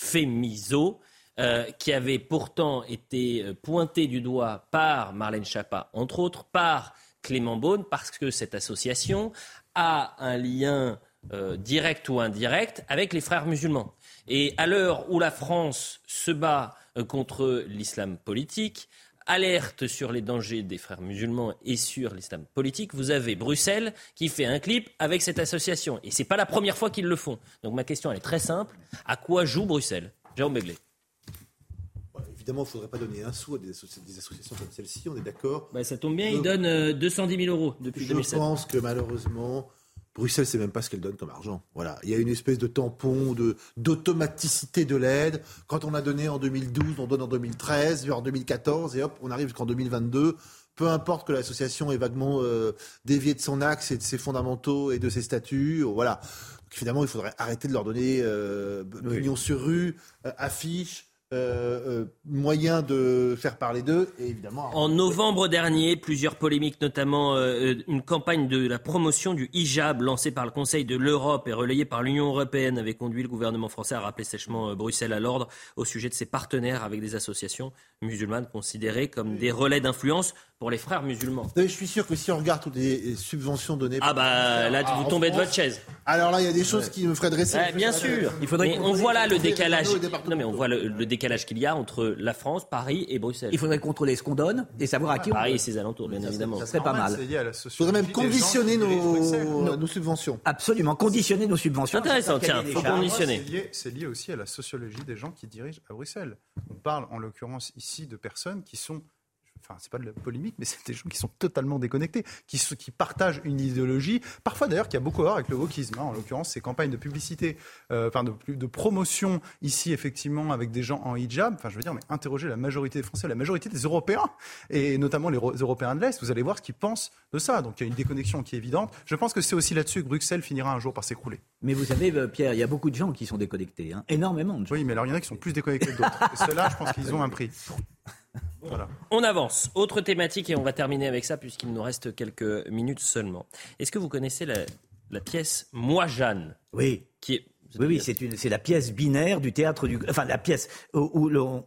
C: FEMISO, qui avait pourtant été pointé du doigt par Marlène Schiappa, entre autres, par Clément Beaune, parce que cette association a un lien direct ou indirect avec les frères musulmans. Et à l'heure où la France se bat contre l'islam politique, alerte sur les dangers des frères musulmans et sur l'islam politique, vous avez Bruxelles qui fait un clip avec cette association. Et ce n'est pas la première fois qu'ils le font. Donc ma question elle est très simple. À quoi joue Bruxelles? Jérôme Béglé.
D: Évidemment, il ne faudrait pas donner un sou à des associations comme celle-ci, on est d'accord.
C: Ça tombe bien, ils donnent 210 000 euros depuis 2007.
D: Je pense que malheureusement, Bruxelles ne sait même pas ce qu'elle donne comme argent. Voilà. Il y a une espèce de tampon, d'automaticité de l'aide. Quand on a donné en 2012, on donne en 2013, puis en 2014, et hop, on arrive jusqu'en 2022. Peu importe que l'association ait vaguement dévié de son axe et de ses fondamentaux et de ses statuts. Voilà. Donc, finalement, il faudrait arrêter de leur donner pignon sur rue, affiches. Moyen de faire parler d'eux et évidemment...
C: En novembre dernier, plusieurs polémiques, notamment une campagne de la promotion du hijab lancée par le Conseil de l'Europe et relayée par l'Union européenne avait conduit le gouvernement français à rappeler sèchement Bruxelles à l'ordre au sujet de ses partenaires avec des associations musulmanes considérées comme des relais d'influence pour les frères musulmans.
D: Je suis sûr que si on regarde toutes les subventions données...
C: là vous tombez de votre chaise.
D: Alors là, il y a des choses qui me feraient dresser...
C: bien sûr. Mais on voit là le décalage. Non mais on voit le décalage qu'il y a entre la France, Paris et Bruxelles.
G: Il faudrait contrôler ce qu'on donne et savoir à qui on
C: Paris et ses alentours, bien évidemment.
G: Ça serait pas mal.
D: Il faudrait même conditionner nos subventions.
G: Absolument, conditionner nos subventions.
C: Intéressant, tiens, il faut conditionner.
F: C'est lié aussi à la sociologie des gens qui dirigent à Bruxelles. On parle en l'occurrence ici de personnes qui sont... Enfin, c'est pas de la polémique, mais c'est des gens qui sont totalement déconnectés, qui partagent une idéologie, parfois d'ailleurs qui a beaucoup à voir avec le wokisme. En l'occurrence, ces campagnes de publicité, de promotion ici, effectivement, avec des gens en hijab. Enfin, je veux dire, mais interrogez la majorité des Français, la majorité des Européens, et notamment les Européens de l'Est, vous allez voir ce qu'ils pensent de ça. Donc il y a une déconnexion qui est évidente. Je pense que c'est aussi là-dessus que Bruxelles finira un jour par s'écrouler.
G: Mais vous savez, Pierre, il y a beaucoup de gens qui sont déconnectés, énormément de gens.
F: Oui, mais alors il y en a qui sont plus déconnectés que d'autres. Et ceux-là, je pense qu'ils ont un prix.
C: Voilà. On avance. Autre thématique et on va terminer avec ça puisqu'il nous reste quelques minutes seulement. Est-ce que vous connaissez la pièce Moi Jeanne?
G: Oui. Oui, c'est la pièce binaire du théâtre enfin la pièce où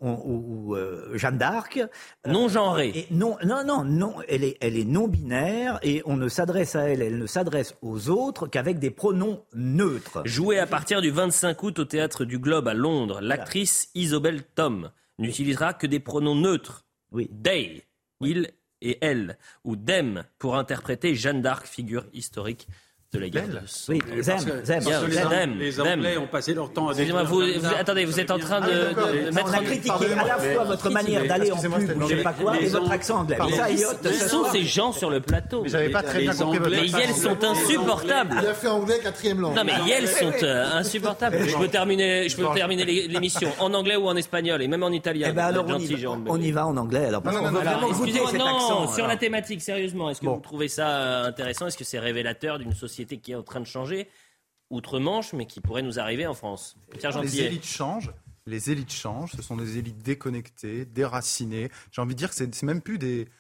G: Jeanne d'Arc
C: non genrée.
G: Et non, elle est non binaire et on ne s'adresse à elle ne s'adresse aux autres qu'avec des pronoms neutres.
C: Jouée à partir du 25 août au théâtre du Globe à Londres, l'actrice Isobel Thom n'utilisera que des pronoms neutres.
G: Oui.
C: They, il et elle, ou them pour interpréter Jeanne d'Arc, figure historique de la guerre.
G: Oui,
E: les Anglais ont passé leur temps à...
C: Attendez, vous êtes en train de mettre...
G: On a critiqué à la fois votre manière d'aller en pub, je ne sais pas quoi, et votre accent anglais.
C: Qui sont ces gens sur le plateau?
F: Mais j'avais pas très bien compris votre
C: Les Yels sont insupportables.
D: Il a fait anglais 4e langue.
C: Non mais Yels sont insupportables. Je peux terminer l'émission en anglais ou en espagnol et même en italien.
G: Eh ben alors on y va en anglais. Alors parce qu'on veut vraiment goûter cet accent.
C: Sur la thématique, sérieusement, est-ce que vous trouvez ça intéressant? Est-ce que c'est révélateur d'une société qui est en train de changer outre-Manche, mais qui pourrait nous arriver en France? Pierre Gentillet.
F: Les élites changent, ce sont des élites déconnectées, déracinées. J'ai envie de dire que ce sont même plus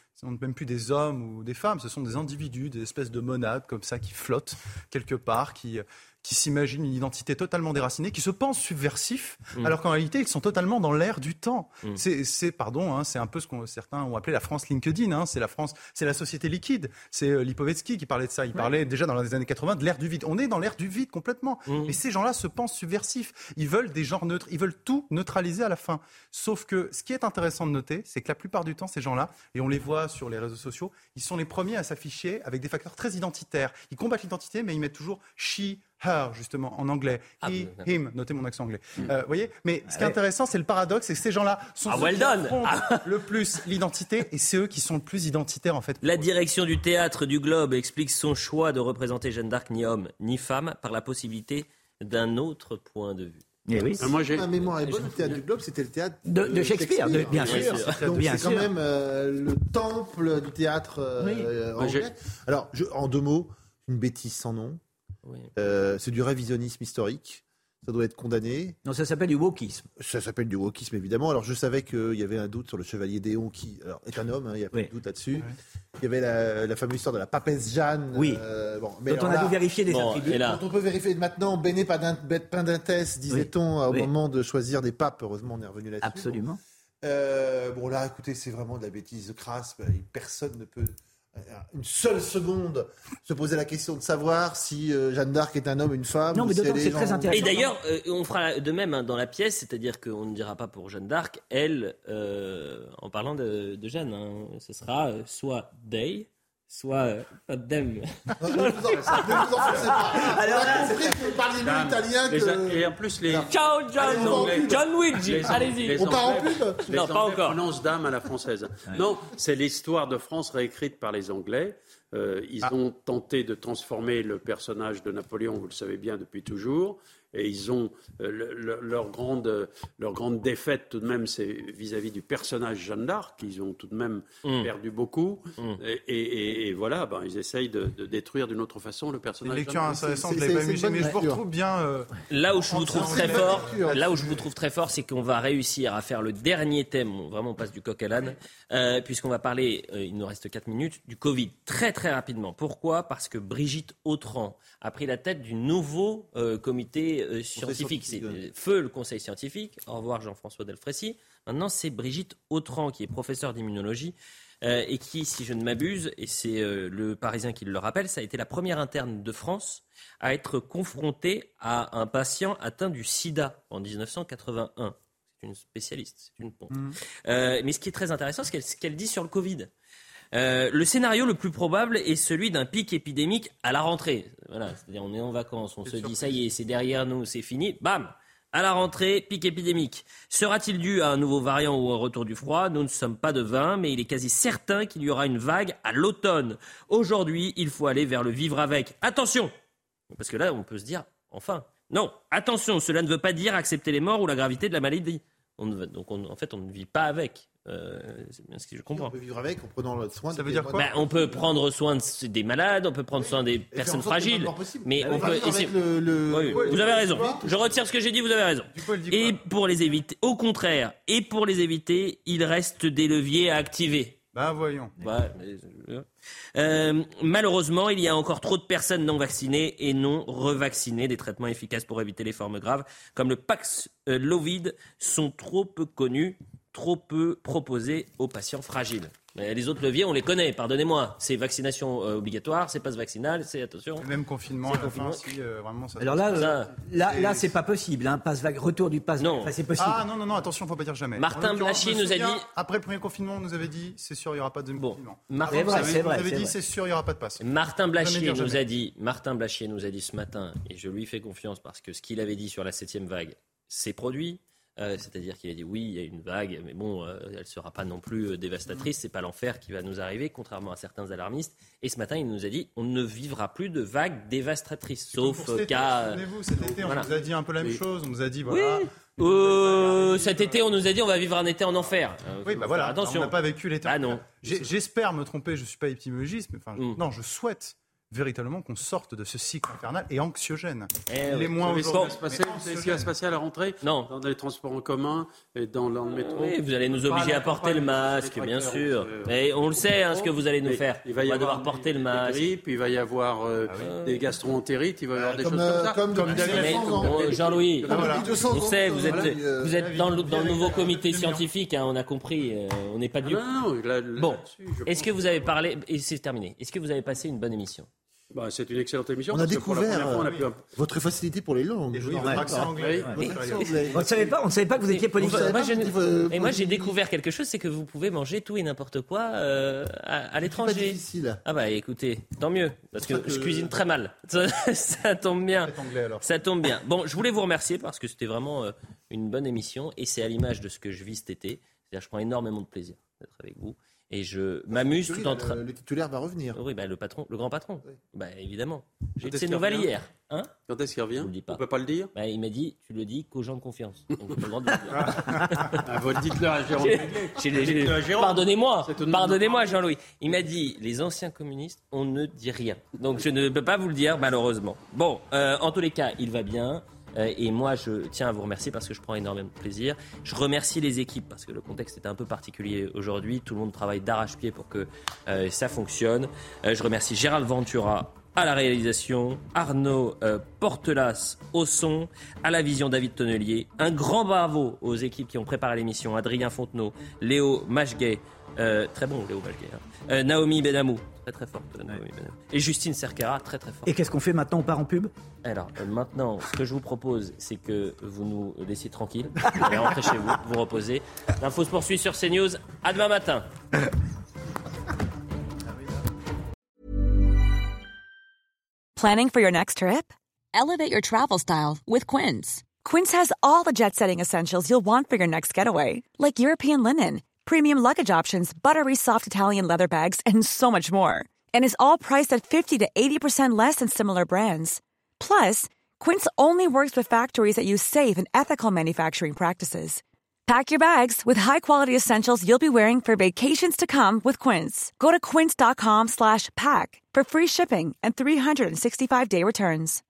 F: des hommes ou des femmes, ce sont des individus, des espèces de monades comme ça qui flottent quelque part, qui s'imaginent une identité totalement déracinée, qui se pensent subversifs, alors qu'en réalité, ils sont totalement dans l'air du temps. C'est un peu ce que certains ont appelé la France LinkedIn. C'est la France, c'est la société liquide. C'est Lipovetsky qui parlait de ça. Il parlait déjà dans les années 80 de l'ère du vide. On est dans l'ère du vide complètement. Et ces gens-là se pensent subversifs. Ils veulent des genres neutres. Ils veulent tout neutraliser à la fin. Sauf que ce qui est intéressant de noter, c'est que la plupart du temps, ces gens-là, et on les voit sur les réseaux sociaux, ils sont les premiers à s'afficher avec des facteurs très identitaires. Ils combattent l'identité, mais ils mettent toujours she, her, justement, en anglais. He, him, notez mon accent anglais. Voyez. Mais ce qui est intéressant, c'est le paradoxe, c'est que ces gens-là sont ceux qui affrontent le plus l'identité, et c'est eux qui sont le plus identitaires, en fait.
C: La direction du théâtre du Globe explique son choix de représenter Jeanne d'Arc ni homme ni femme par la possibilité d'un autre point de vue.
G: Eh oui.
D: Ma mémoire est bonne, le théâtre du Globe, c'était le théâtre
G: de Shakespeare, bien sûr.
D: Donc c'est quand même le temple du théâtre anglais. Alors, en 2 mots, une bêtise sans nom.
C: Oui.
D: C'est du révisionnisme historique. Ça doit être condamné.
G: Non, ça s'appelle du wokisme.
D: Ça s'appelle du wokisme, évidemment. Alors, je savais qu'il y avait un doute sur le chevalier Déon, qui est un homme, il n'y a pas de doute là-dessus. Il y avait la fameuse histoire de la papesse Jeanne.
G: Oui.
D: Mais
G: dont on a dû vérifier des attributs.
D: Dont on peut vérifier maintenant, Bene Pandentes, disait-on, au moment de choisir des papes. Heureusement, on est revenu là-dessus.
G: Absolument.
D: Là, écoutez, c'est vraiment de la bêtise crasse. Personne ne peut... une seule seconde se poser la question de savoir si Jeanne d'Arc est un homme ou une femme.
G: Non, mais d'autant que c'est très intéressant.
C: Et d'ailleurs, on fera de même dans la pièce, c'est-à-dire qu'on ne dira pas pour Jeanne d'Arc, elle, en parlant de Jeanne, ce sera soit they, soit them.
D: Ne vous en forcez pas. Alors là, c'est vrai que vous parlez mieux italien que...
E: Et en plus,
C: Ciao John Luigi, allez-y.
D: On part en pub?
C: Non, pas encore.
E: Prononce dame à la française. Non, c'est l'histoire de France réécrite par les Anglais. Ils ont tenté de transformer le personnage de Napoléon, vous le savez bien, depuis toujours. Et ils ont leur grande défaite tout de même, c'est vis-à-vis du personnage Jeanne d'Arc. Ils ont tout de même perdu beaucoup. Et voilà, ils essayent de détruire d'une autre façon le personnage.
F: Une lecture intéressante, je l'ai pas amusé, mais je vous retrouve bien.
C: Là où je vous trouve très fort, c'est qu'on va réussir à faire le dernier thème. Vraiment, on passe du coq à l'âne, puisqu'on va parler. Il nous reste 4 minutes du Covid très très rapidement. Pourquoi ? Parce que Brigitte Autran a pris la tête du nouveau comité scientifique. C'est feu le conseil scientifique. Au revoir Jean-François Delfrécy. Maintenant, c'est Brigitte Autran qui est professeure d'immunologie et qui, si je ne m'abuse, et c'est le Parisien qui le rappelle, ça a été la première interne de France à être confrontée à un patient atteint du sida en 1981. C'est une spécialiste, c'est une pompe. Mais ce qui est très intéressant, c'est ce qu'elle dit sur le Covid. Le scénario le plus probable est celui d'un pic épidémique à la rentrée. Voilà, c'est-à-dire on est en vacances, on se dit ça y est, c'est derrière nous, c'est fini. Bam, à la rentrée, pic épidémique. Sera-t-il dû à un nouveau variant ou un retour du froid ? Nous ne sommes pas devins, mais il est quasi certain qu'il y aura une vague à l'automne. Aujourd'hui, il faut aller vers le vivre avec. Attention, parce que là, on peut se dire, enfin, non, attention, cela ne veut pas dire accepter les morts ou la gravité de la maladie. On ne vit pas avec. C'est bien ce que je comprends.
D: On peut vivre avec en prenant soin.
F: Ça veut dire quoi ?
C: On peut prendre soin des malades, on peut prendre soin des personnes fragiles, mais on peut. Vous avez raison. Je retire ce que j'ai dit. Vous avez raison. Et pour les éviter, au contraire, il reste des leviers à activer.
F: Voyons.
C: Malheureusement, il y a encore trop de personnes non vaccinées et non revaccinées. Des traitements efficaces pour éviter les formes graves, comme le Paxlovid, sont trop peu connus, trop peu proposés aux patients fragiles. Mais les autres leviers, on les connaît, pardonnez-moi. C'est vaccination obligatoire, c'est passe vaccinal, c'est attention.
F: Et même confinement à la fin, si vraiment ça...
G: Alors là, c'est pas possible. Retour du pass.
F: Non.
G: Enfin, c'est possible.
F: Ah non, attention, faut pas dire jamais.
C: Martin Blachier nous a dit...
F: Après le premier confinement, on nous avait dit, c'est sûr, il n'y aura pas de deuxième confinement.
G: C'est vrai.
F: C'est sûr, il n'y aura pas de passe.
C: Martin Blachier nous a dit ce matin, et je lui fais confiance parce que ce qu'il avait dit sur la 7e vague, c'est produit. C'est-à-dire qu'il a dit oui, il y a une vague, mais bon, elle ne sera pas non plus dévastatrice, c'est pas l'enfer qui va nous arriver, contrairement à certains alarmistes. Et ce matin, il nous a dit on ne vivra plus de vague dévastatrice, sauf cas...
F: Souvenez-vous, cet été, on nous a dit un peu la même chose, on nous a dit
C: voilà... Oui. Cet été, on nous a dit on va vivre un été en enfer.
F: Oui, bah voilà,
C: attention.
F: On n'a pas vécu l'été.
C: Ah non.
F: J'espère me tromper, je ne suis pas épidémiologiste, mais non, je souhaite véritablement qu'on sorte de ce cycle infernal et anxiogène.
E: Les moins aujourd'hui. Vous savez ce qui va se passer à la rentrée ?
C: Non.
E: Dans les transports en commun et dans le métro.
C: Oui, vous allez nous obliger à porter le masque, bien sûr. Mais on le sait, ce que vous allez nous faire. On va devoir porter le masque.
E: Il va y avoir des gastro-entérites, il va y avoir des choses comme ça.
C: Jean-Louis, on sait, vous êtes dans le nouveau comité scientifique, on a compris, on n'est pas dupes. Bon, est-ce que vous avez parlé, et c'est terminé, est-ce que vous avez passé une bonne émission ?
E: C'est une excellente émission.
D: On a découvert votre facilité pour les langues.
F: Votre accent anglais.
G: On ne savait pas que vous étiez polyglotte.
C: Moi, j'ai découvert quelque chose, c'est que vous pouvez manger tout et n'importe quoi à l'étranger.
D: C'est pas difficile.
C: Ah bah écoutez, tant mieux, parce que je cuisine très mal. Ça tombe bien. Ça tombe bien. Bon, je voulais vous remercier parce que c'était vraiment une bonne émission et c'est à l'image de ce que je vis cet été. C'est-à-dire, je prends énormément de plaisir d'être avec vous. Et je m'amuse tout en train.
D: Le titulaire va revenir.
C: Oui, le grand patron. Oui. Évidemment. J'ai eu de ses nouvelles hier.
E: Quand est-ce qu'il revient ?
C: Je le dis pas.
E: On peut pas le dire.
C: Il m'a dit, tu le dis qu'aux gens de confiance. Donc, on peut le droit de le dire.
E: Dites-le à Jérôme.
C: Pardonnez-moi, Jean-Louis. Il m'a dit, les anciens communistes, on ne dit rien. Donc je ne peux pas vous le dire, malheureusement. Bon, en tous les cas, il va bien. Et moi, je tiens à vous remercier parce que je prends énormément de plaisir. Je remercie les équipes parce que le contexte est un peu particulier aujourd'hui. Tout le monde travaille d'arrache-pied pour que ça fonctionne. Je remercie Gérald Ventura à la réalisation, Arnaud Portelas au son, à la vision David Tonnelier. Un grand bravo aux équipes qui ont préparé l'émission. Adrien Fontenot, Léo Machguet, très bon Léo Machguet, Naomi Benamou, très forte, Naomi Benamou, et Justine Cerquera, très forte.
G: Et qu'est-ce qu'on fait maintenant ? On part en pub ?
C: Alors maintenant, ce que je vous propose, c'est que vous nous laissiez tranquilles, vous allez rentrer chez vous, vous reposer. L'info se poursuit sur CNews. À demain matin.
H: Planning for your next trip? Elevate your travel style with Quince. Quince has all the jet-setting essentials you'll want for your next getaway, like European linen, premium luggage options, buttery soft Italian leather bags, and so much more. And is all priced at 50 to 80% less than similar brands. Plus, Quince only works with factories that use safe and ethical manufacturing practices. Pack your bags with high-quality essentials you'll be wearing for vacations to come with Quince. Go to quince.com/pack for free shipping and 365-day returns.